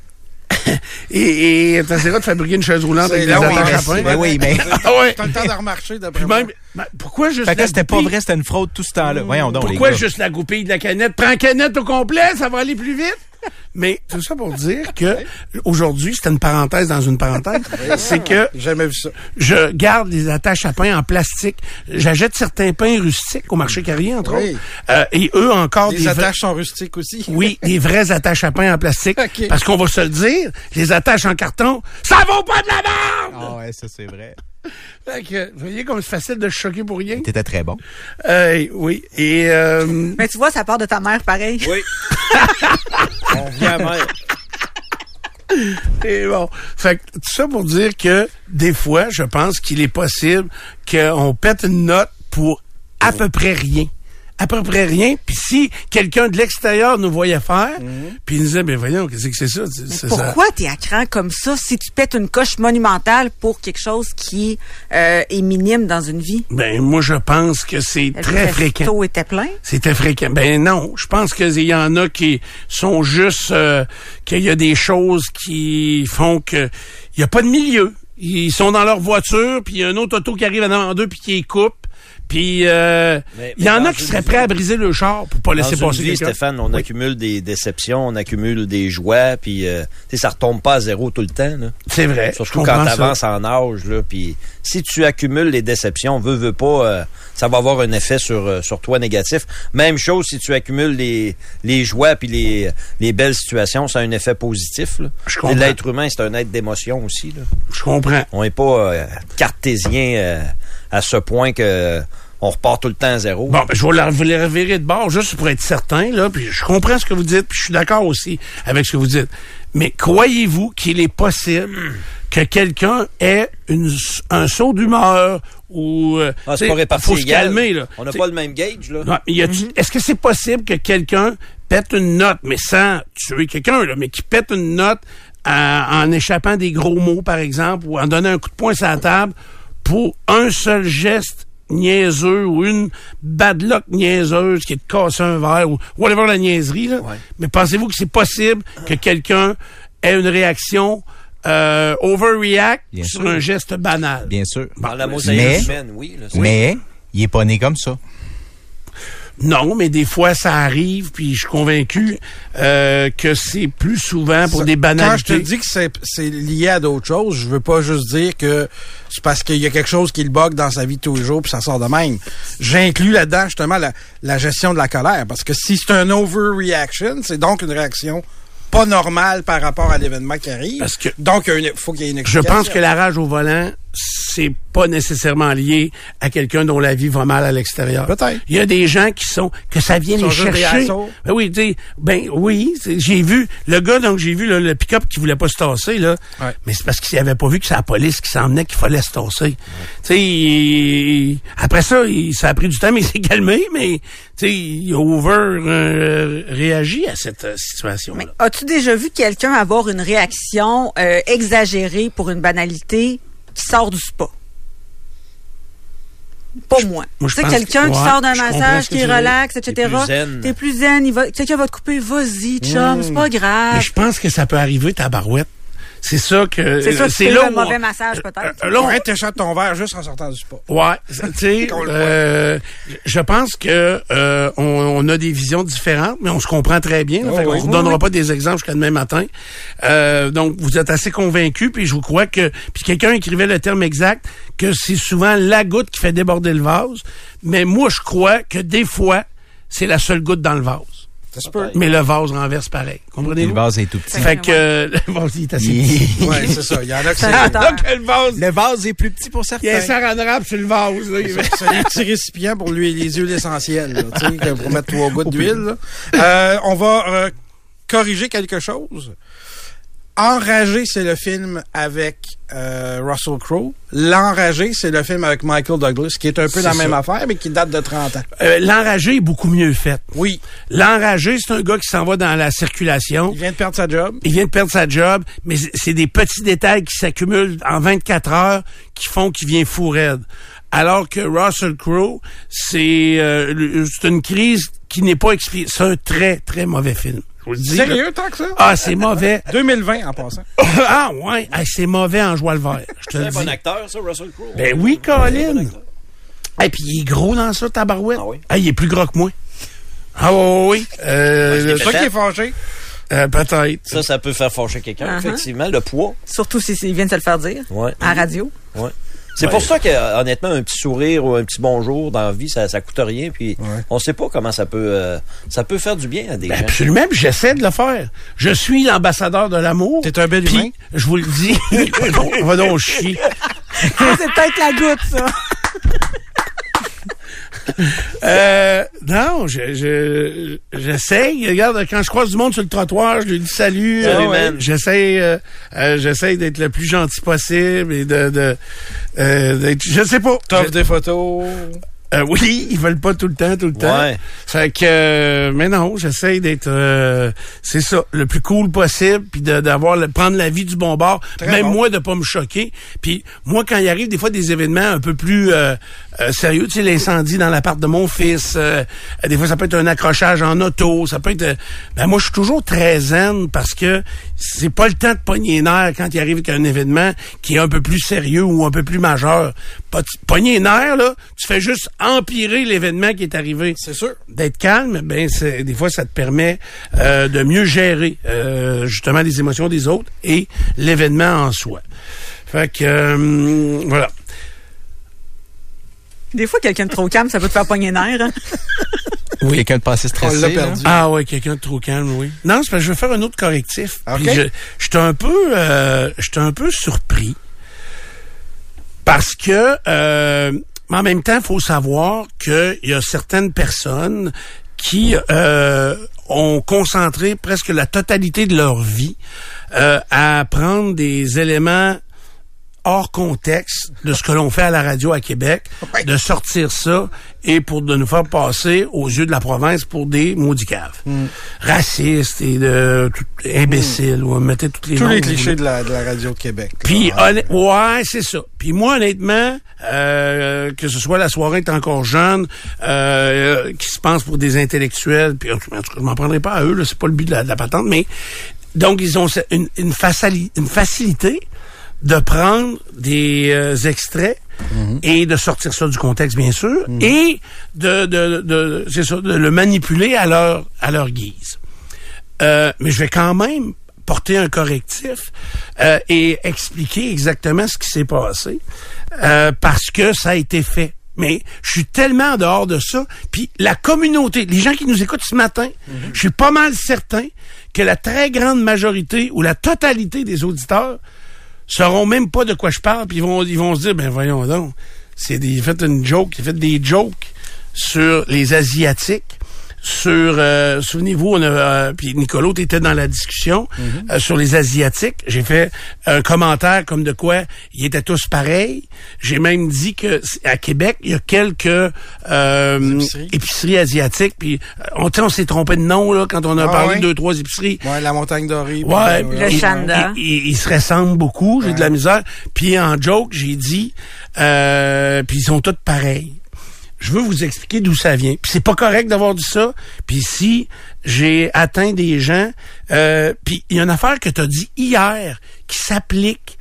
S1: Et t'essaieras de fabriquer une chaise roulante avec des
S6: là, oui,
S1: attaches à
S6: mais
S1: pain.
S3: Ben oui, mais...
S1: Ah ouais.
S6: T'as le temps de remarcher d'après
S1: Puis
S6: moi.
S1: même, pourquoi juste
S3: Fait que
S1: la
S3: c'était pas
S1: goupille?
S3: vrai, c'était une fraude tout ce temps-là. Voyons donc,
S1: Pourquoi
S3: les gars.
S1: juste la goupille de la canette? Prends la canette au complet, ça va aller plus vite. Mais tout ça pour dire que aujourd'hui, c'était une parenthèse dans une parenthèse, c'est que
S6: J'ai jamais vu ça.
S1: je garde les attaches à pain en plastique. J'achète certains pains rustiques au marché Carrier, entre
S6: Oui.
S1: autres. Et eux encore
S6: Les
S1: des
S6: attaches sont rustiques aussi.
S1: oui, des vraies attaches à pain en plastique.
S6: OK.
S1: Parce qu'on va se le dire, les attaches en carton, ça vaut pas de la merde!
S3: Ah ouais, ça c'est vrai.
S1: Fait que, vous voyez comme c'est facile de se choquer pour rien?
S3: T'étais très bon.
S1: Oui. Et
S2: Mais tu vois, ça part de ta mère pareil.
S4: Oui. On vient à mère.
S1: Et bon, fait que tout ça pour dire que des fois, je pense qu'il est possible qu'on pète une note pour à peu près rien. À peu près rien. Puis si quelqu'un de l'extérieur nous voyait faire, puis il nous disait, ben voyons, qu'est-ce que c'est ça? C'est
S2: Pourquoi t'es à cran comme ça si tu pètes une coche monumentale pour quelque chose qui est minime dans une vie?
S1: Ben moi, je pense que c'est très fréquent.
S2: Le resto était plein?
S1: C'était fréquent. Ben non, je pense qu'il y en a qui sont juste qu'il y a des choses qui font que il y a pas de milieu. Ils sont dans leur voiture, puis il y a un autre auto qui arrive devant d'eux puis qui les coupe. Puis il y en a qui seraient prêts à briser le char pour pas laisser
S4: Dans
S1: passer
S4: une vie,
S1: quelqu'un.
S4: Stéphane, on accumule des déceptions, on accumule des joies, puis ça retombe pas à zéro tout le temps. Là.
S1: C'est vrai.
S4: Surtout
S1: je
S4: quand
S1: comprends
S4: t'avances
S1: ça.
S4: en âge, là, puis si tu accumules les déceptions, veux pas, ça va avoir un effet sur toi négatif. Même chose si tu accumules les joies puis les belles situations, ça a un effet positif. Là.
S1: Je comprends.
S4: L'être humain, c'est un être d'émotion aussi. Là.
S1: Je comprends.
S4: On n'est pas cartésien à ce point que on repart tout le temps à zéro.
S1: Bon, ben, je vais vous les revirer de bord juste pour être certain, là, puis je comprends ce que vous dites, puis je suis d'accord aussi avec ce que vous dites. Mais croyez-vous qu'il est possible que quelqu'un ait un saut d'humeur ou...
S4: C'est pas réparti
S1: faut se
S4: égal.
S1: calmer, là.
S4: On n'a pas le même gauge, là.
S1: Non, mais est-ce que c'est possible que quelqu'un pète une note, mais sans tuer quelqu'un, là, mais qui pète une note en échappant des gros mots, par exemple, ou en donnant un coup de poing sur la table pour un seul geste niaiseux ou une bad luck niaiseuse qui est de casser un verre ou whatever la niaiserie, là. Ouais. Mais pensez-vous que c'est possible que quelqu'un ait une réaction overreact sur un geste banal?
S3: Bien sûr.
S4: Dans la mosaïque humaine, oui. Là,
S3: mais il est pas né comme ça.
S1: Non, mais des fois, ça arrive, puis je suis convaincu que c'est plus souvent pour des banalités.
S6: Quand je te dis que c'est lié à d'autres choses, je veux pas juste dire que c'est parce qu'il y a quelque chose qui le bug dans sa vie de tous les jours, puis ça sort de même. J'inclus là-dedans, justement, la gestion de la colère, parce que si c'est un overreaction, c'est donc une réaction pas normale par rapport à l'événement qui arrive.
S1: Parce que
S6: donc, faut qu'il y ait une explication.
S1: Je pense que la rage au volant, c'est pas nécessairement lié à quelqu'un dont la vie va mal à l'extérieur.
S6: Peut-être.
S1: Il y a des gens que ça vient les chercher. Oui, j'ai vu le gars, donc j'ai vu le pick-up qui voulait pas se tasser, là. Ouais. Mais c'est parce qu'il avait pas vu que c'est la police qui s'en venait qu'il fallait se tasser. Tu sais, après ça, ça a pris du temps, mais il s'est calmé, mais tu sais, il a réagi à cette situation-là.
S2: Mais as-tu déjà vu quelqu'un avoir une réaction exagérée pour une banalité qui sort du spa? Pas moi. Tu sais, quelqu'un qui sort d'un massage, qui est relax, etc. T'es plus zen. Quelqu'un va te couper, vas-y, chum, c'est pas grave.
S1: Mais je pense que ça peut arriver, ta barouette. C'est ça que...
S2: C'est là un mauvais massage, peut-être.
S6: Là, on t'échappe ton verre juste en sortant du spa.
S1: Ouais. Tu sais, je pense que on a des visions différentes, mais on se comprend très bien. On vous donnera pas des exemples jusqu'à demain matin. Donc, vous êtes assez convaincus, puis je vous crois que... Puis quelqu'un écrivait le terme exact, que c'est souvent la goutte qui fait déborder le vase. Mais moi, je crois que des fois, c'est la seule goutte dans le vase. Mais le vase renverse pareil. Comprenez-vous?
S3: Le vase est tout petit.
S1: Fait que le vase, il est assez petit.
S6: Oui, c'est ça. Il y en a que
S3: le vase est plus petit pour certains.
S1: Il y a un saran-wrap sur le vase.
S6: C'est des petits récipients pour les huiles essentielles, tu sais, pour mettre 3 gouttes d'huile. On va corriger quelque chose. Enragé, c'est le film avec Russell Crowe. L'Enragé, c'est le film avec Michael Douglas, qui est un peu la même affaire, mais qui date de 30 ans.
S1: L'Enragé est beaucoup mieux fait.
S6: Oui.
S1: L'Enragé, c'est un gars qui s'en va dans la circulation.
S6: Il vient de perdre sa job.
S1: Mais c'est des petits détails qui s'accumulent en 24 heures qui font qu'il vient fou raide. Alors que Russell Crowe, c'est une crise qui n'est pas expliquée. C'est un très, très mauvais film.
S6: Sérieux, tant que ça?
S1: Ah, c'est mauvais.
S6: 2020, en passant.
S1: Ah, ouais. C'est mauvais en joie le vert. Je te le dis.
S4: C'est un bon acteur, ça, Russell Crowe.
S1: Ben oui, Colin. Et puis, il est gros dans ça, tabarouette. Ah oui? Il est plus gros que moi. Ah oui.
S6: C'est toi qui est fâché.
S1: Peut-être.
S4: Ça peut faire fâcher quelqu'un, effectivement. Le poids.
S2: Surtout s'il vient de se le faire dire.
S4: Ouais.
S2: À la radio.
S4: Ouais. C'est pour ça que, honnêtement, un petit sourire ou un petit bonjour dans la vie, ça coûte rien. Puis on sait pas comment ça peut faire du bien à des gens.
S1: Absolument, j'essaie de le faire. Je suis l'ambassadeur de l'amour.
S6: T'es un bel humain.
S1: Je vous le dis. On va donc chier.
S2: C'est peut-être la goutte, ça.
S1: Non, j'essaye. Regarde, quand je croise du monde sur le trottoir, je lui dis salut.
S4: Salut, man.
S1: J'essaye d'être le plus gentil possible et d'être, je sais pas.
S6: T'offres des photos.
S1: Oui, ils veulent pas tout le temps.
S4: Ouais.
S1: Fait que, mais non, j'essaye d'être, c'est ça, le plus cool possible, puis prendre la vie du bon bord. Très même bon. Moi, de pas me choquer. Puis moi, quand il arrive des fois des événements un peu plus sérieux, tu sais, l'incendie dans l'appart de mon fils, des fois ça peut être un accrochage en auto, ça peut être, moi je suis toujours très zen parce que c'est pas le temps de pogner les nerfs quand il arrive un événement qui est un peu plus sérieux ou un peu plus majeur. Pogner les nerfs, là, tu fais juste empirer l'événement qui est arrivé.
S6: C'est sûr.
S1: D'être calme, des fois, ça te permet de mieux gérer justement les émotions des autres et l'événement en soi. Fait que, voilà.
S2: Des fois, quelqu'un de trop calme, ça peut te faire pogner nerf, hein?
S3: Oui. Quelqu'un de pas assez stressé.
S6: On l'a perdu.
S1: Ah oui, quelqu'un de trop calme, oui. Non, c'est parce que je veux faire un autre correctif.
S6: Okay.
S1: Puis j'étais un peu surpris parce que mais en même temps, il faut savoir qu'il y a certaines personnes qui ont concentré presque la totalité de leur vie à prendre des éléments hors contexte de ce que l'on fait à la radio à Québec, de sortir ça et de nous faire passer aux yeux de la province pour des maudits caves. Racistes et imbéciles, ou mettez tous les
S6: clichés de la radio de Québec.
S1: Puis, ouais, c'est ça. Puis moi, honnêtement, que ce soit la soirée est encore jeune, qui se pense pour des intellectuels, puis en tout cas, je m'en prendrai pas à eux, là, c'est pas le but de la patente, mais donc ils ont une facilité de prendre des extraits et de sortir ça du contexte, bien sûr, et de le manipuler à leur guise. Mais je vais quand même porter un correctif et expliquer exactement ce qui s'est passé parce que ça a été fait. Mais je suis tellement en dehors de ça. Puis la communauté, les gens qui nous écoutent ce matin, je suis pas mal certain que la très grande majorité ou la totalité des auditeurs sauront même pas de quoi je parle, puis ils vont se dire, ben voyons donc, il a fait une joke, il a fait des jokes sur les Asiatiques, souvenez-vous, puis Nicolas, t'étais dans la discussion sur les Asiatiques. J'ai fait un commentaire comme de quoi ils étaient tous pareils. J'ai même dit que à Québec, il y a quelques épiceries asiatiques. Puis on s'est trompé de nom là quand on a parlé de 2-3 épiceries.
S6: Ouais, la Montagne Dorée.
S1: Ouais,
S2: le Chanda.
S1: Ils se ressemblent beaucoup. J'ai de la misère. Puis en joke, j'ai dit, puis ils sont tous pareils. Je veux vous expliquer d'où ça vient. Puis c'est pas correct d'avoir dit ça. Puis si j'ai atteint des gens, puis il y a une affaire que tu as dit hier qui s'applique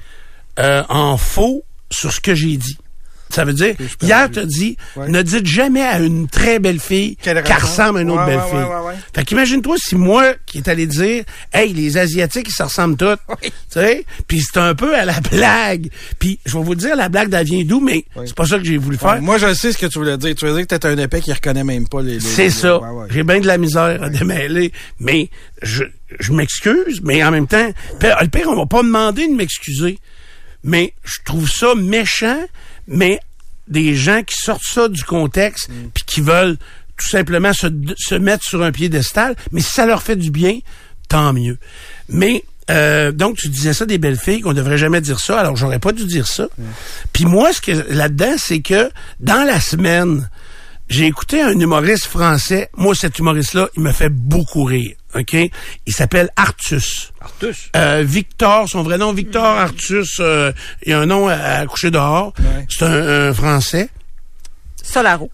S1: en faux sur ce que j'ai dit. Ça veut dire, hier, tu as dit, ne dites jamais à une très belle fille qu'elle ressemble à une autre belle fille. Ouais. Fait qu'imagine-toi si moi, qui est allé dire, hey, les Asiatiques, ils se ressemblent tous. Tu sais? Puis c'est un peu à la blague. Puis je vais vous dire, la blague, elle vient d'où, mais c'est pas ça que j'ai voulu faire.
S6: Moi, je sais ce que tu voulais dire. Tu voulais dire que t'es un épais qui reconnaît même pas les
S1: c'est ça. J'ai bien de la misère à démêler. Mais je m'excuse, mais en même temps, le pire, on m'a pas demandé de m'excuser. Mais je trouve ça méchant, mais des gens qui sortent ça du contexte puis qui veulent tout simplement se mettre sur un piédestal, mais si ça leur fait du bien, tant mieux. Mais donc tu disais ça des belles filles, qu'on devrait jamais dire ça, alors j'aurais pas dû dire ça. Puis moi, ce que là-dedans, c'est que dans la semaine, j'ai écouté un humoriste français. Moi, cet humoriste-là, il me fait beaucoup rire. OK? Il s'appelle Artus. Victor, son vrai nom, Victor Artus. Il a un nom à coucher dehors. Ouais. C'est un Français.
S2: Solaro.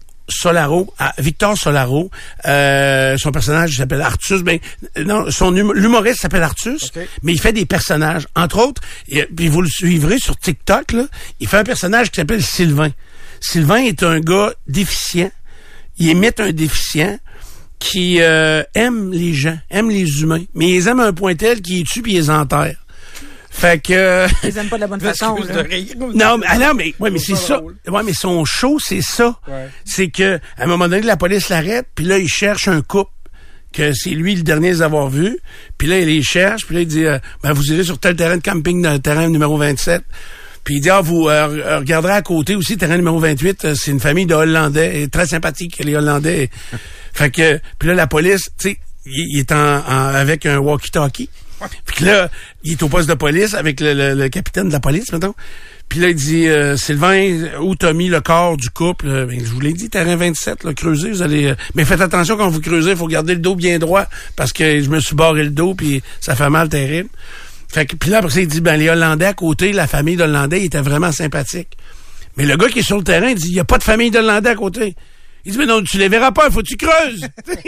S1: Victor Solaro. Son personnage s'appelle Artus. Ben, non, l'humoriste s'appelle Artus, mais il fait des personnages. Entre autres, puis vous le suivrez sur TikTok, là, il fait un personnage qui s'appelle Sylvain. Sylvain est un gars déficient. Il imite un déficient qui aime les gens, aime les humains, mais ils aiment à un point tel qu'il les tue puis ils les enterre. Fait que
S2: ils aiment pas de la bonne façon.
S1: Non, mais c'est ça. Ouais, mais son show, c'est ça. Ouais. C'est que à un moment donné, la police l'arrête, puis là, il cherche un couple que c'est lui le dernier à les avoir vus. Puis là, il les cherche, puis là, il dit vous irez sur tel terrain de camping, dans le terrain numéro 27. Puis il dit, vous regarderez à côté aussi, terrain numéro 28, c'est une famille de Hollandais, très sympathique, les Hollandais. Fait que, puis là, la police, tu sais, il est avec un walkie-talkie. Puis là, il est au poste de police avec le capitaine de la police, mettons. Puis là, il dit, Sylvain, où t'as mis le corps du couple? Ben, je vous l'ai dit, terrain 27, là, creusez, vous allez... mais faites attention quand vous creusez, il faut garder le dos bien droit, parce que je me suis barré le dos, puis ça fait mal terrible. Fait que, puis là, après ça, il dit, les Hollandais à côté, la famille d'Hollandais, ils étaient vraiment sympathiques. Mais le gars qui est sur le terrain, il dit, il n'y a pas de famille d'Hollandais à côté. Il dit, mais non, tu les verras pas, il faut que tu creuses.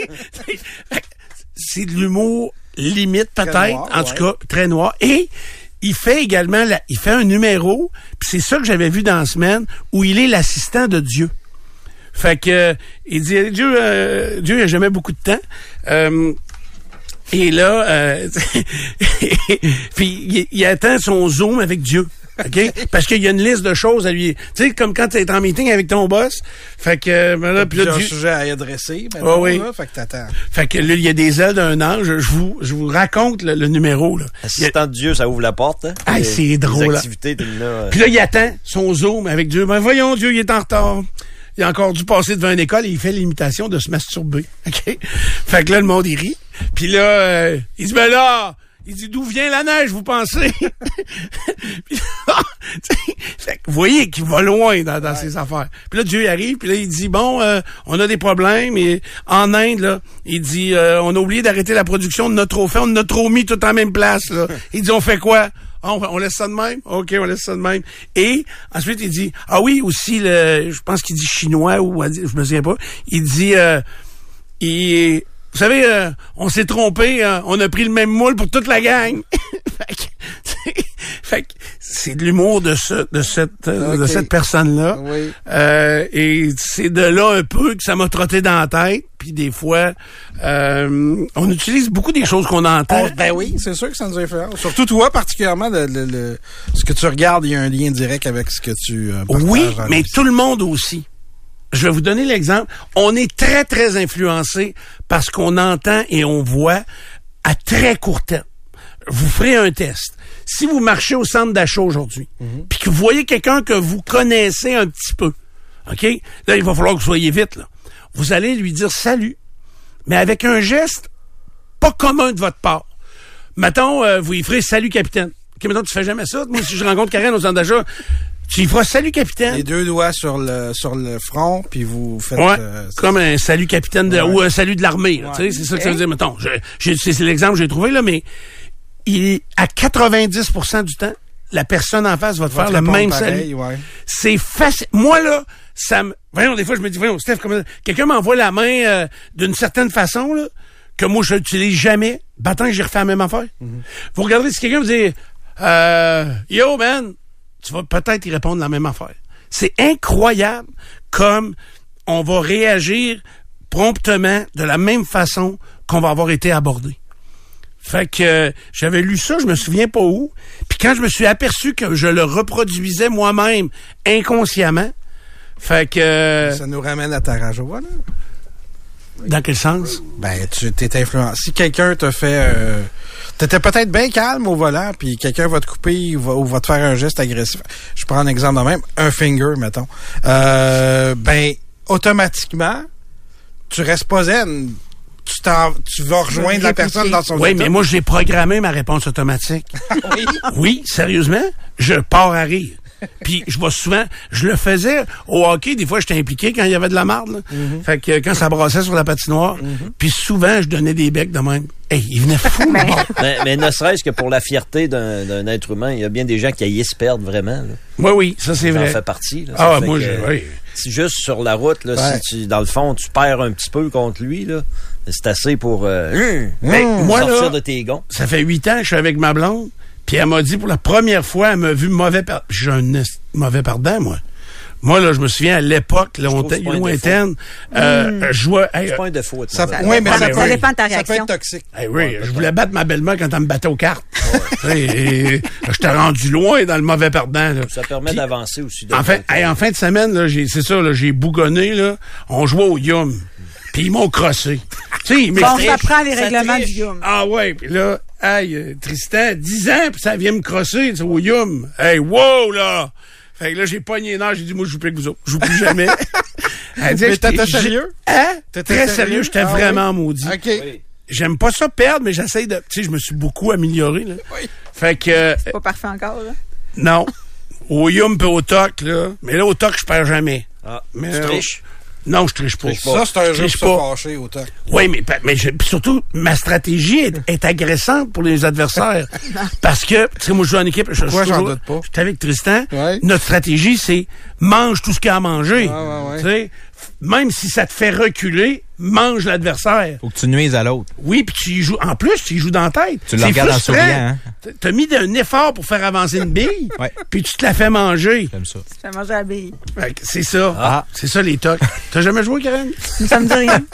S1: C'est de l'humour limite, peut-être, en tout cas, très noir. Et il fait également, il fait un numéro, puis c'est ça que j'avais vu dans la semaine, où il est l'assistant de Dieu. Fait que, il dit, Dieu, il a jamais beaucoup de temps. Et là, puis il attend son Zoom avec Dieu, OK? Parce qu'il y a une liste de choses à lui... Tu sais, comme quand tu es en meeting avec ton boss, fait que... là, puis là,
S6: Dieu... sujet à adresser, maintenant,
S1: oui.
S6: Là, fait que t'attends.
S1: Fait que là, il y a des ailes d'un ange. Je vous raconte le numéro, là.
S4: Assistant de Dieu, ça ouvre la porte, hein?
S1: Ah, c'est drôle,
S4: activités, là.
S1: Puis là, il attend son Zoom avec Dieu. Ben voyons, Dieu, il est en retard. Il a encore dû passer devant une école et il fait l'imitation de se masturber. OK? Fait que là, le monde, il rit. Puis là, il dit, ben là, il dit, d'où vient la neige, vous pensez? Puis là, Fait que vous voyez qu'il va loin dans ses affaires. Puis là, Dieu arrive, puis là, il dit, bon, on a des problèmes. Et en Inde, là, il dit, on a oublié d'arrêter la production de notre trophée, on en a trop mis tout en même place. Là. Il dit, on fait quoi? On laisse ça de même? OK, on laisse ça de même. Et ensuite, il dit, ah oui, aussi, je pense qu'il dit chinois ou je me souviens pas. Il dit, vous savez, on s'est trompé, on a pris le même moule pour toute la gang. fait que c'est de l'humour de cette personne-là.
S6: Oui.
S1: Et c'est de là un peu que ça m'a trotté dans la tête. Puis des fois, on utilise beaucoup des choses qu'on entend.
S6: Ben oui, c'est sûr que ça nous influence. Surtout toi, particulièrement, ce que tu regardes, il y a un lien direct avec ce que tu partages.
S1: Oui, mais tout le monde aussi. Je vais vous donner l'exemple. On est très, très influencé par ce qu'on entend et on voit à très court terme. Vous ferez un test. Si vous marchez au centre d'achat aujourd'hui, puis que vous voyez quelqu'un que vous connaissez un petit peu, OK? Là, il va falloir que vous soyez vite, là. Vous allez lui dire salut, mais avec un geste pas commun de votre part. Mettons, vous y ferez salut, capitaine. OK, mettons, tu fais jamais ça. Moi, si je rencontre Karen au centre d'achat, tu y feras salut, capitaine.
S6: Les deux doigts sur le front, puis vous faites...
S1: Ouais, comme un salut capitaine ou un salut de l'armée.
S6: Ouais.
S1: Tu sais, c'est ça que ça veut dire. Mettons, c'est l'exemple que j'ai trouvé, là, mais à 90% du temps, la personne en face va te faire le même salut.
S6: Ouais.
S1: C'est facile. Moi, là, voyons, des fois, je me dis, voyons, Steph, quelqu'un m'envoie la main d'une certaine façon, là, que moi, je l'utilise jamais. Battant que j'ai refait la même affaire. Vous regardez, si quelqu'un vous dit, yo, man, tu vas peut-être y répondre la même affaire. C'est incroyable comme on va réagir promptement de la même façon qu'on va avoir été abordé. Fait que j'avais lu ça, je me souviens pas où. Puis quand je me suis aperçu que je le reproduisais moi-même inconsciemment, fait que...
S6: Ça nous ramène à ta rage au volant.
S1: Dans quel sens?
S6: Ben, tu t'es influencé. Si quelqu'un te fait... t'étais peut-être bien calme au volant, puis quelqu'un va te couper ou va te faire un geste agressif. Je prends un exemple de même. Un finger, mettons. Ben, automatiquement, tu restes pas zen. Tu vas rejoindre la personne dans son...
S1: Oui, mais moi, j'ai programmé ma réponse automatique.
S6: Oui?
S1: Oui, sérieusement, je pars à rire. Puis je vois souvent, je le faisais au hockey, des fois j'étais impliqué quand il y avait de la marde. Là. Fait que quand ça brassait sur la patinoire, puis souvent je donnais des becs de même. Hey, il venait fou.
S4: mais ne serait-ce que pour la fierté d'un être humain, il y a bien des gens qui haïssent perdre vraiment. Là.
S1: Oui, ça c'est vrai.
S4: Ça en fait partie. Là.
S1: Ah,
S4: fait
S1: moi,
S4: oui. Si juste sur la route, là, si dans le fond, tu perds un petit peu contre lui, là, c'est assez pour
S1: moi,
S4: sortir
S1: là,
S4: de tes gonds.
S1: Ça fait 8 ans que je suis avec ma blonde. Puis elle m'a dit pour la première fois, elle m'a vu mauvais perdant. J'ai un mauvais perdant, moi. Moi, là, je me souviens, à l'époque, lointaine, je jouais...
S4: C'est pas un défaut.
S2: Ça dépend de ta réaction.
S6: Ça peut être toxique.
S1: Je voulais battre ma belle-mère quand elle me battait aux cartes. Et j'étais rendu loin dans le mauvais perdant. Là.
S4: Ça permet d'avancer aussi.
S1: En fin de semaine, là, j'ai bougonné. Là, on jouait au Yum. Puis ils m'ont crossé.
S2: Ça prend les règlements du Yum.
S1: Ah ouais, puis là... Hey, Tristan, 10 ans, puis ça vient me crosser, au Yum. Hey, wow, là! Fait que là, j'ai pogné les nerfs, j'ai dit, moi, je joue plus que vous autres. Je joue plus jamais.
S6: Mais t'étais sérieux?
S1: Hein? Très sérieux, j'étais vraiment maudit.
S6: OK.
S4: Oui.
S1: J'aime pas ça perdre, mais j'essaye de... Tu sais, je me suis beaucoup amélioré, là.
S6: Oui.
S1: Fait que...
S2: C'est pas parfait encore, là.
S1: Non. Au Yum pis au Toc, là. Mais là, au Toc, je perds jamais.
S4: Ah,
S1: mais
S4: tu triches?
S1: Non, je triche pas.
S6: Ça, c'est un jeu pour se fâcher autant.
S1: Oui, mais surtout, ma stratégie est agressante pour les adversaires. Parce que, tu sais, moi, je joue en équipe.
S6: Pourquoi j'en doute pas?
S1: J'étais avec Tristan.
S6: Ouais.
S1: Notre stratégie, c'est mange tout ce qu'il y a à manger.
S6: Ouais.
S1: Tu sais, même si ça te fait reculer, mange l'adversaire.
S3: Faut que tu nuises à l'autre.
S1: Oui, puis tu y joues. En plus, tu y joues dans la tête.
S3: Tu le regardes en souriant, hein?
S1: T'as mis un effort pour faire avancer une bille,
S3: Ouais.
S1: puis tu te la fais manger.
S3: J'aime ça.
S2: Tu fais manger la bille.
S1: Fait que c'est ça.
S3: Ah.
S1: C'est ça, les tocs. T'as jamais joué, Karen?
S2: Ça me dit rien.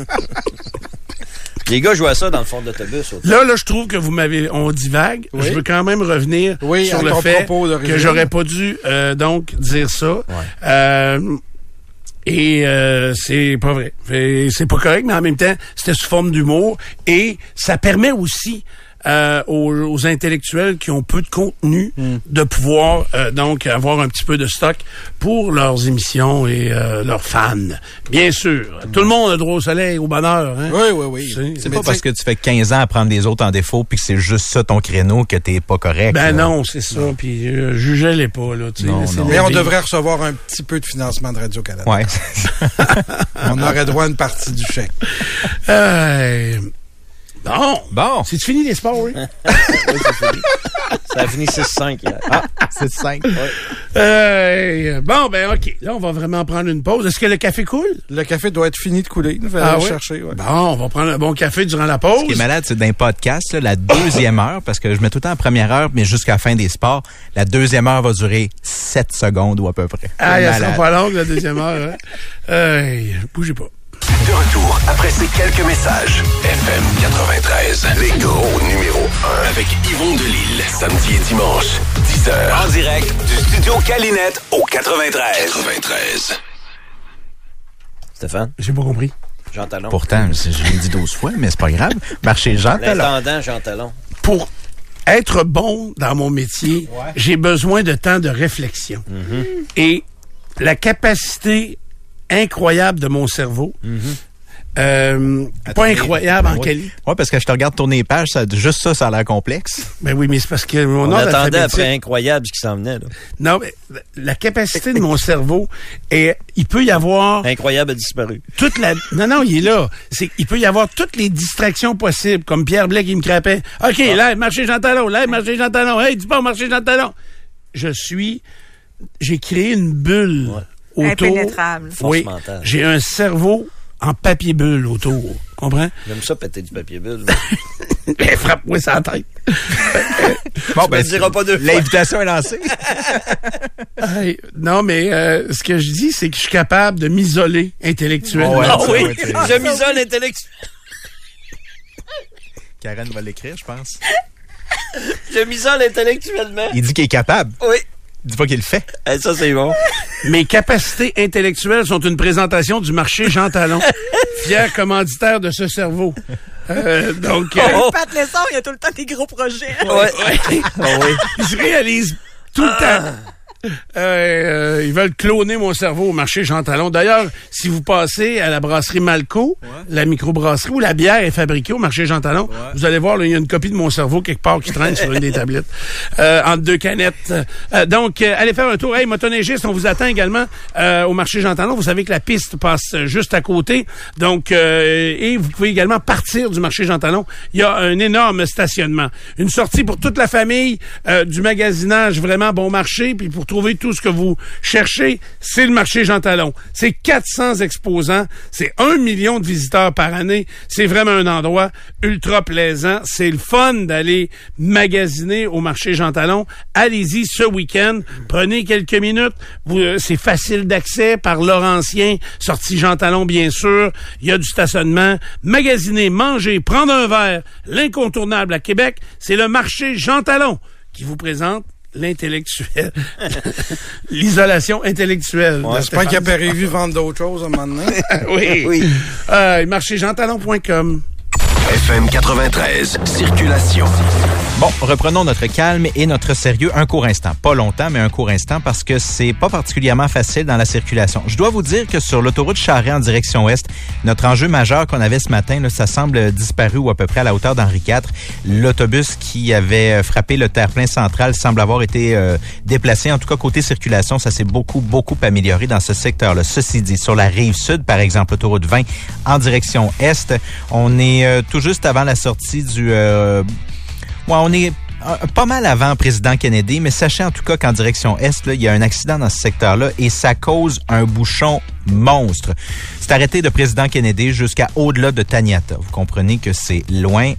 S4: Les gars jouent à ça dans le fond de l'autobus.
S1: Là, je trouve que on divague.
S6: Oui.
S1: Je veux quand même revenir
S6: à
S1: sur le
S6: ton
S1: fait
S6: propos d'origine.
S1: que j'aurais pas dû donc dire ça.
S3: Ouais.
S1: C'est pas vrai. C'est pas correct, mais en même temps, c'était sous forme d'humour. Et ça permet aussi aux intellectuels qui ont peu de contenu de pouvoir donc avoir un petit peu de stock pour leurs émissions et leurs fans. Bien sûr. Tout le monde a droit au soleil, au bonheur. Hein?
S6: Oui.
S3: C'est pas parce que tu fais 15 ans à prendre les autres en défaut puis que c'est juste ça ton créneau que t'es pas correct.
S1: Ben
S3: là.
S1: non, c'est ça. Puis jugez-les pas. Là,
S3: non.
S6: Mais on devrait recevoir un petit peu de financement de Radio-Canada.
S3: Ouais.
S6: On aurait droit à une partie du chèque.
S1: Bon. C'est fini les sports, oui?
S4: Oui, c'est fini. Ça a fini 6-5 hier.
S3: Ah, 7-5.
S1: Bon, ben OK. Là, on va vraiment prendre une pause. Est-ce que le café coule?
S6: Le café doit être fini de couler. Il fallait le chercher. Ouais.
S1: Bon, on va prendre un bon café durant la pause.
S3: Ce qui est malade, c'est d'un podcast, là, la deuxième heure, parce que je mets tout le temps en première heure, mais jusqu'à la fin des sports, la deuxième heure va durer 7 secondes ou à peu près.
S1: Elle sera pas longue, la deuxième heure. Hein? Bougez pas.
S7: De retour après ces quelques messages. FM 93, les gros numéros 1 avec Yvon Delisle. Samedi et dimanche, 10h. En direct du studio Calinette au 93.
S4: Stéphane?
S1: J'ai pas compris.
S4: Jean Talon.
S3: Pourtant, je l'ai dit 12 fois, mais c'est pas grave. Marché Jean Talon.
S4: L'intendant Jean Talon.
S1: Pour être bon dans mon métier, j'ai besoin de temps de réflexion. Et la capacité incroyable de mon cerveau. Pas incroyable en qualité.
S3: Oui, parce que je te regarde tourner les pages, juste ça a l'air complexe.
S1: Ben oui, mais c'est parce que mon
S4: on
S1: ordre
S4: attendait
S1: alphabétique...
S4: après incroyable ce qui s'en venait. Là.
S1: Non, mais la capacité de mon cerveau, il peut y avoir...
S4: Incroyable a disparu.
S1: Non, il est là. Il peut y avoir toutes les distractions possibles, comme Pierre Blais qui me crapait. OK, là, marché Jean Talon, Hey, dis pas marché Jean Talon. J'ai créé une bulle autour.
S2: Impénétrable.
S1: Oui, j'ai un cerveau en papier bulle autour. Comprends?
S4: J'aime ça péter du papier bulle.
S1: Frappe-moi sur la tête.
S3: Bon, ben,
S4: tu diras pas deux fois.
S3: L'invitation est lancée.
S1: Non, mais ce que je dis, c'est que je suis capable de m'isoler intellectuellement.
S4: Je m'isole intellectuellement.
S3: Karen va l'écrire, je pense.
S4: Je m'isole intellectuellement.
S3: Il dit qu'il est capable.
S4: Oui.
S3: Dis pas qu'il le fait.
S4: Ça, c'est bon.
S1: Mes capacités intellectuelles sont une présentation du marché Jean Talon, fier commanditaire de ce cerveau. Donc,
S2: Pat Lessard, il y a tout le temps des gros projets.
S1: Il se réalise tout le temps. Ils veulent cloner mon cerveau au marché Jean Talon. D'ailleurs, si vous passez à la brasserie Malco, la microbrasserie où la bière est fabriquée au marché Jean Talon, vous allez voir, il y a une copie de mon cerveau quelque part qui traîne sur une des tablettes entre deux canettes. Donc, allez faire un tour. Hey, motoneigiste, on vous attend également au marché Jean Talon. Vous savez que la piste passe juste à côté. Donc, et vous pouvez également partir du marché Jean Talon. Il y a un énorme stationnement. Une sortie pour toute la famille, du magasinage vraiment bon marché, puis pour trouver tout ce que vous cherchez, c'est le marché Jean Talon. C'est 400 exposants, c'est 1 million de visiteurs par année. C'est vraiment un endroit ultra plaisant. C'est le fun d'aller magasiner au marché Jean Talon. Allez-y ce week-end. Prenez quelques minutes. C'est facile d'accès par Laurentien, sortie Jean Talon, bien sûr. Il y a du stationnement. Magasiner, manger, prendre un verre. L'incontournable à Québec, c'est le marché Jean Talon qui vous présente l'intellectuel. L'isolation intellectuelle.
S6: J'espère qu'il a prévu vendre d'autres choses à un moment donné.
S1: Oui. Marchéjeantalon.com.
S7: FM 93, circulation.
S3: Bon, reprenons notre calme et notre sérieux un court instant. Pas longtemps, mais un court instant parce que c'est pas particulièrement facile dans la circulation. Je dois vous dire que sur l'autoroute Charest en direction ouest, notre enjeu majeur qu'on avait ce matin, là, ça semble disparu ou à peu près à la hauteur d'Henri IV. L'autobus qui avait frappé le terre-plein central semble avoir été déplacé. En tout cas, côté circulation, ça s'est beaucoup amélioré dans ce secteur-là. Ceci dit, sur la rive sud, par exemple, l'autoroute 20 en direction est, on est tout juste avant la sortie du... on est pas mal avant Président Kennedy, mais sachez en tout cas qu'en direction est, là, il y a un accident dans ce secteur-là et ça cause un bouchon monstre. C'est arrêté de Président Kennedy jusqu'à au-delà de Taniata. Vous comprenez que c'est loin.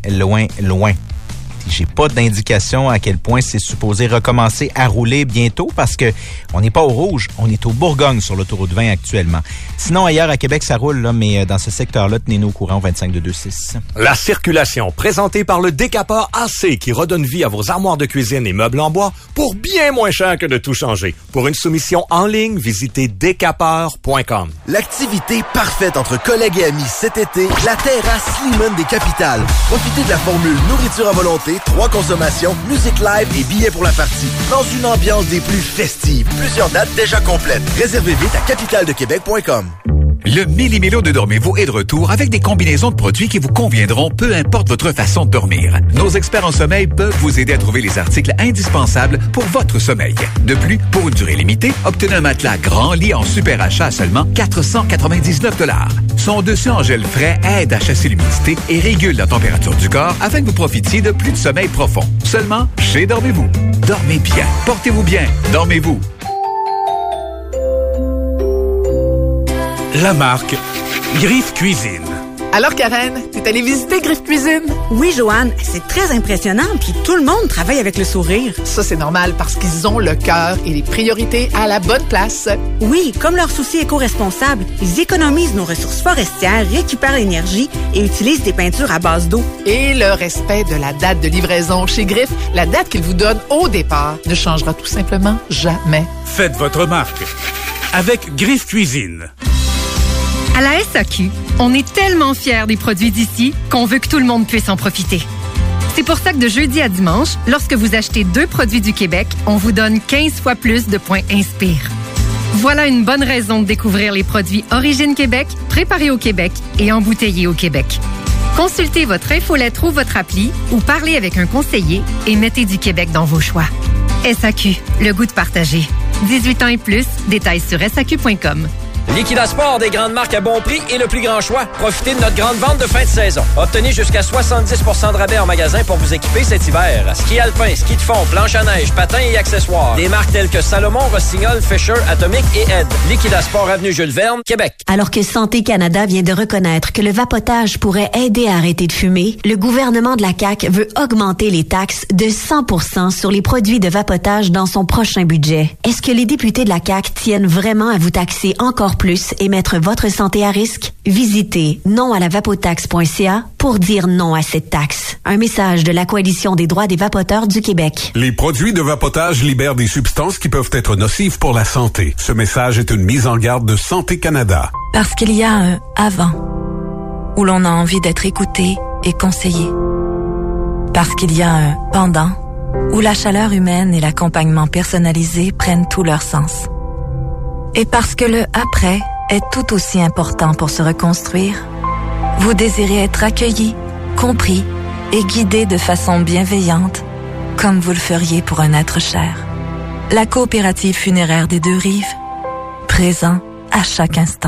S3: J'ai pas d'indication à quel point c'est supposé recommencer à rouler bientôt parce que on n'est pas au rouge, on est au Bourgogne sur l'autoroute 20 actuellement. Sinon, ailleurs à Québec, ça roule, là, mais dans ce secteur-là, tenez-nous au courant 25-226.
S8: La circulation présentée par le Décapeur AC qui redonne vie à vos armoires de cuisine et meubles en bois pour bien moins cher que de tout changer. Pour une soumission en ligne, visitez decapeur.com.
S9: L'activité parfaite entre collègues et amis cet été, la terrasse Slimane des Capitales. Profitez de la formule nourriture à volonté entrées, 3 consommations, musique live et billets pour la partie. Dans une ambiance des plus festives. Plusieurs dates déjà complètes. Réservez vite à capitaledequebec.com.
S10: Le Millimélo de Dormez-vous est de retour avec des combinaisons de produits qui vous conviendront, peu importe votre façon de dormir. Nos experts en sommeil peuvent vous aider à trouver les articles indispensables pour votre sommeil. De plus, pour une durée limitée, obtenez un matelas grand lit en super achat à seulement 499 $. Son dessus en gel frais aide à chasser l'humidité et régule la température du corps afin que vous profitiez de plus de sommeil profond. Seulement chez Dormez-vous. Dormez bien, portez-vous bien, dormez-vous.
S11: La marque Griffe Cuisine.
S5: Alors, Karen, t'es allée visiter Griffe Cuisine?
S2: Oui, Joanne, c'est très impressionnant, puis tout le monde travaille avec le sourire.
S5: Ça, c'est normal parce qu'ils ont le cœur et les priorités à la bonne place.
S2: Oui, comme leur souci éco-responsable, ils économisent nos ressources forestières, récupèrent l'énergie et utilisent des peintures à base d'eau.
S5: Et le respect de la date de livraison chez Griffe, la date qu'ils vous donnent au départ, ne changera tout simplement jamais.
S11: Faites votre marque avec Griffe Cuisine.
S12: À la SAQ, on est tellement fiers des produits d'ici qu'on veut que tout le monde puisse en profiter. C'est pour ça que de jeudi à dimanche, lorsque vous achetez 2 produits du Québec, on vous donne 15 fois plus de points Inspire. Voilà une bonne raison de découvrir les produits Origine Québec, préparés au Québec et embouteillés au Québec. Consultez votre infolettre ou votre appli ou parlez avec un conseiller et mettez du Québec dans vos choix. SAQ, le goût de partager. 18 ans et plus, détails sur SAQ.com.
S13: Liquidasport, des grandes marques à bon prix et le plus grand choix. Profitez de notre grande vente de fin de saison. Obtenez jusqu'à 70% de rabais en magasin pour vous équiper cet hiver. Ski alpin, ski de fond, planche à neige, patins et accessoires. Des marques telles que Salomon, Rossignol, Fisher, Atomic et Ed. Liquidasport avenue Jules Verne, Québec.
S14: Alors que Santé Canada vient de reconnaître que le vapotage pourrait aider à arrêter de fumer, le gouvernement de la CAQ veut augmenter les taxes de 100% sur les produits de vapotage dans son prochain budget. Est-ce que les députés de la CAQ tiennent vraiment à vous taxer encore plus et mettre votre santé à risque? Visitez nonalavapotaxe.ca pour dire non à cette taxe. Un message de la Coalition des droits des vapoteurs du Québec.
S11: Les produits de vapotage libèrent des substances qui peuvent être nocives pour la santé. Ce message est une mise en garde de Santé Canada.
S15: Parce qu'il y a un avant, où l'on a envie d'être écouté et conseillé. Parce qu'il y a un pendant, où la chaleur humaine et l'accompagnement personnalisé prennent tout leur sens. Et parce que le après est tout aussi important pour se reconstruire, vous désirez être accueilli, compris et guidé de façon bienveillante, comme vous le feriez pour un être cher. La coopérative funéraire des Deux-Rives, présent à chaque instant.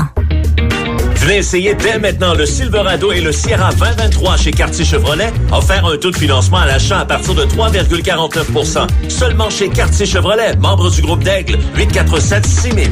S16: Venez essayer dès maintenant le Silverado et le Sierra 2023 chez Quartier Chevrolet. Offert un taux de financement à l'achat à partir de 3,49%. Seulement chez Quartier Chevrolet, membre du groupe d'Aigle, 847-6000.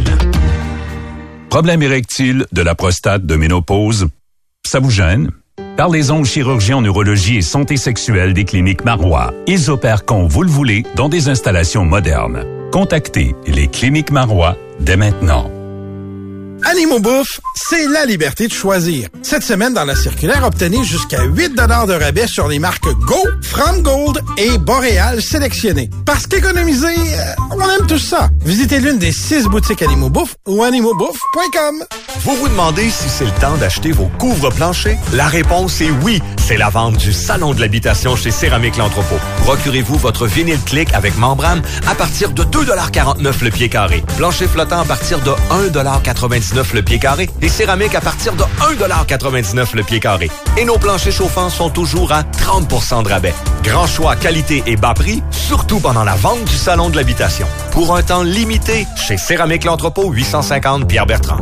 S17: Problème érectile, de la prostate, de ménopause, ça vous gêne? Parlez-en aux chirurgiens en neurologie et santé sexuelle des cliniques Marois. Ils opèrent quand vous le voulez dans des installations modernes. Contactez les cliniques Marois dès maintenant.
S6: Animaux Bouffe, c'est la liberté de choisir. Cette semaine, dans la circulaire, obtenez jusqu'à 8 $ de rabais sur les marques Go, From Gold et Boréal sélectionnées. Parce qu'économiser, on aime tout ça. Visitez l'une des 6 boutiques Animaux Bouffe ou animauxbouffe.com.
S8: Vous vous demandez si c'est le temps d'acheter vos couvre-planchers? La réponse est oui. C'est la vente du Salon de l'habitation chez Céramique L'Entrepôt. Procurez-vous votre vinyle click avec membrane à partir de 2,49 $ le pied carré. Plancher flottant à partir de 1,99 $ le pied carré et céramique à partir de 1,99 $ le pied carré. Et nos planchers chauffants sont toujours à 30% de rabais. Grand choix, qualité et bas prix, surtout pendant la vente du Salon de l'habitation. Pour un temps limité, chez Céramique L'Entrepôt, 850 Pierre-Bertrand.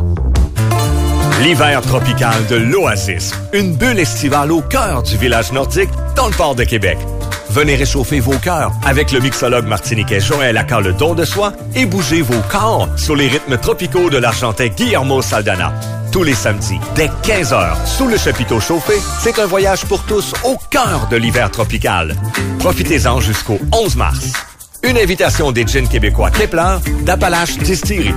S8: L'hiver tropical de l'Oasis. Une bulle estivale au cœur du village nordique dans le port de Québec. Venez réchauffer vos cœurs avec le mixologue martiniquais Joël Acca le don de soi et bougez vos corps sur les rythmes tropicaux de l'argentin Guillermo Saldana. Tous les samedis, dès 15h, sous le chapiteau chauffé, c'est un voyage pour tous au cœur de l'hiver tropical. Profitez-en jusqu'au 11 mars. Une invitation des gins québécois Kepler d'Appalache Distillery.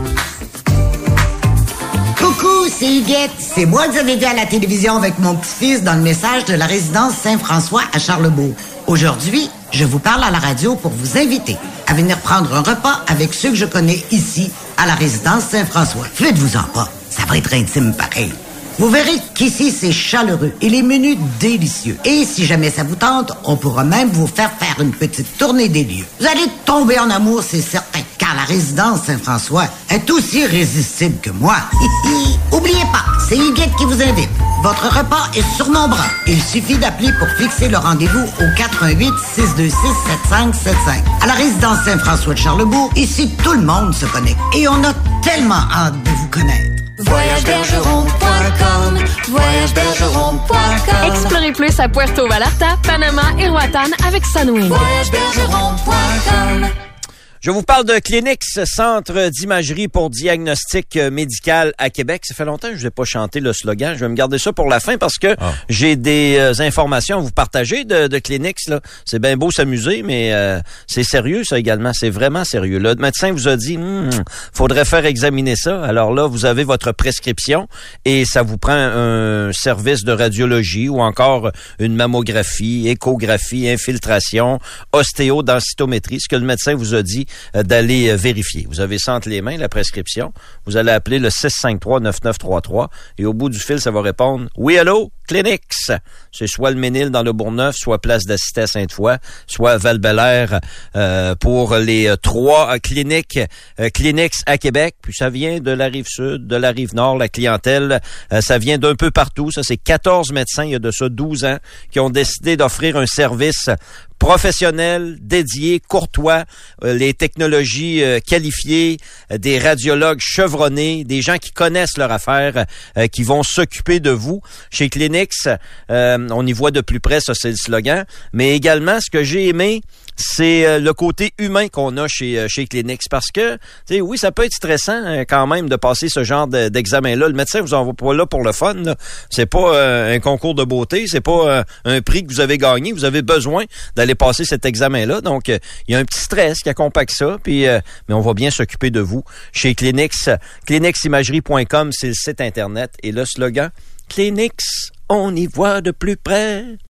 S18: Coucou, c'est Huguette. C'est moi que vous avez vu à la télévision avec mon petit-fils dans le message de la résidence Saint-François à Charlebourg. Aujourd'hui, je vous parle à la radio pour vous inviter à venir prendre un repas avec ceux que je connais ici, à la résidence Saint-François. Faites-vous-en pas, ça va être intime pareil. Vous verrez qu'ici, c'est chaleureux et les menus délicieux. Et si jamais ça vous tente, on pourra même vous faire une petite tournée des lieux. Vous allez tomber en amour, c'est certain, car la résidence Saint-François est aussi irrésistible que moi. Oubliez pas, c'est Huguette qui vous invite. Votre repas est sur mon bras. Il suffit d'appeler pour fixer le rendez-vous au 88 626 7575. À la résidence Saint-François de Charlebourg, ici, tout le monde se connecte. Et on a tellement hâte de vous connaître.
S19: voyagebergeron.com voyagebergeron.com
S20: Explorez plus à Puerto Vallarta, Panama et Roatan avec Sunwing.
S19: voyagebergeron.com
S4: Je vous parle de Clinix, centre d'imagerie pour diagnostic médical à Québec. Ça fait longtemps que je n'ai pas chanté le slogan. Je vais me garder ça pour la fin parce que j'ai des informations à vous partager de Clinix. Là. C'est bien beau s'amuser, mais c'est sérieux ça également. C'est vraiment sérieux. Le médecin vous a dit, faudrait faire examiner ça. Alors là, vous avez votre prescription et ça vous prend un service de radiologie ou encore une mammographie, échographie, infiltration, ostéodensitométrie, ce que le médecin vous a dit d'aller vérifier. Vous avez ça entre les mains, la prescription. Vous allez appeler le 653-9933 et au bout du fil, ça va répondre « Oui, allô? Clinix. » C'est soit le Ménil dans le Bourgneuf, soit Place d'Assisté à Sainte-Foy, soit Val-Bélair pour les 3 cliniques Clinix à Québec. Puis ça vient de la Rive-Sud, de la Rive-Nord, la clientèle. Ça vient d'un peu partout. Ça, c'est 14 médecins, il y a de ça 12 ans, qui ont décidé d'offrir un service professionnels, dédiés, courtois, les technologies qualifiées, des radiologues chevronnés, des gens qui connaissent leur affaire, qui vont s'occuper de vous. Chez Clinix, on y voit de plus près, ça c'est le slogan, mais également ce que j'ai aimé, c'est le côté humain qu'on a chez Clinix, parce que, tu sais, oui, ça peut être stressant quand même de passer ce genre d'examen-là. Le médecin vous envoie pas là pour le fun, là. C'est pas un concours de beauté, c'est pas un prix que vous avez gagné, vous avez besoin d'aller passer cet examen-là. Donc, il y a un petit stress qui accompagne ça, puis mais on va bien s'occuper de vous chez Clinix. Cliniximagerie.com, c'est le site Internet. Et le slogan, Clinix, on y voit de plus près.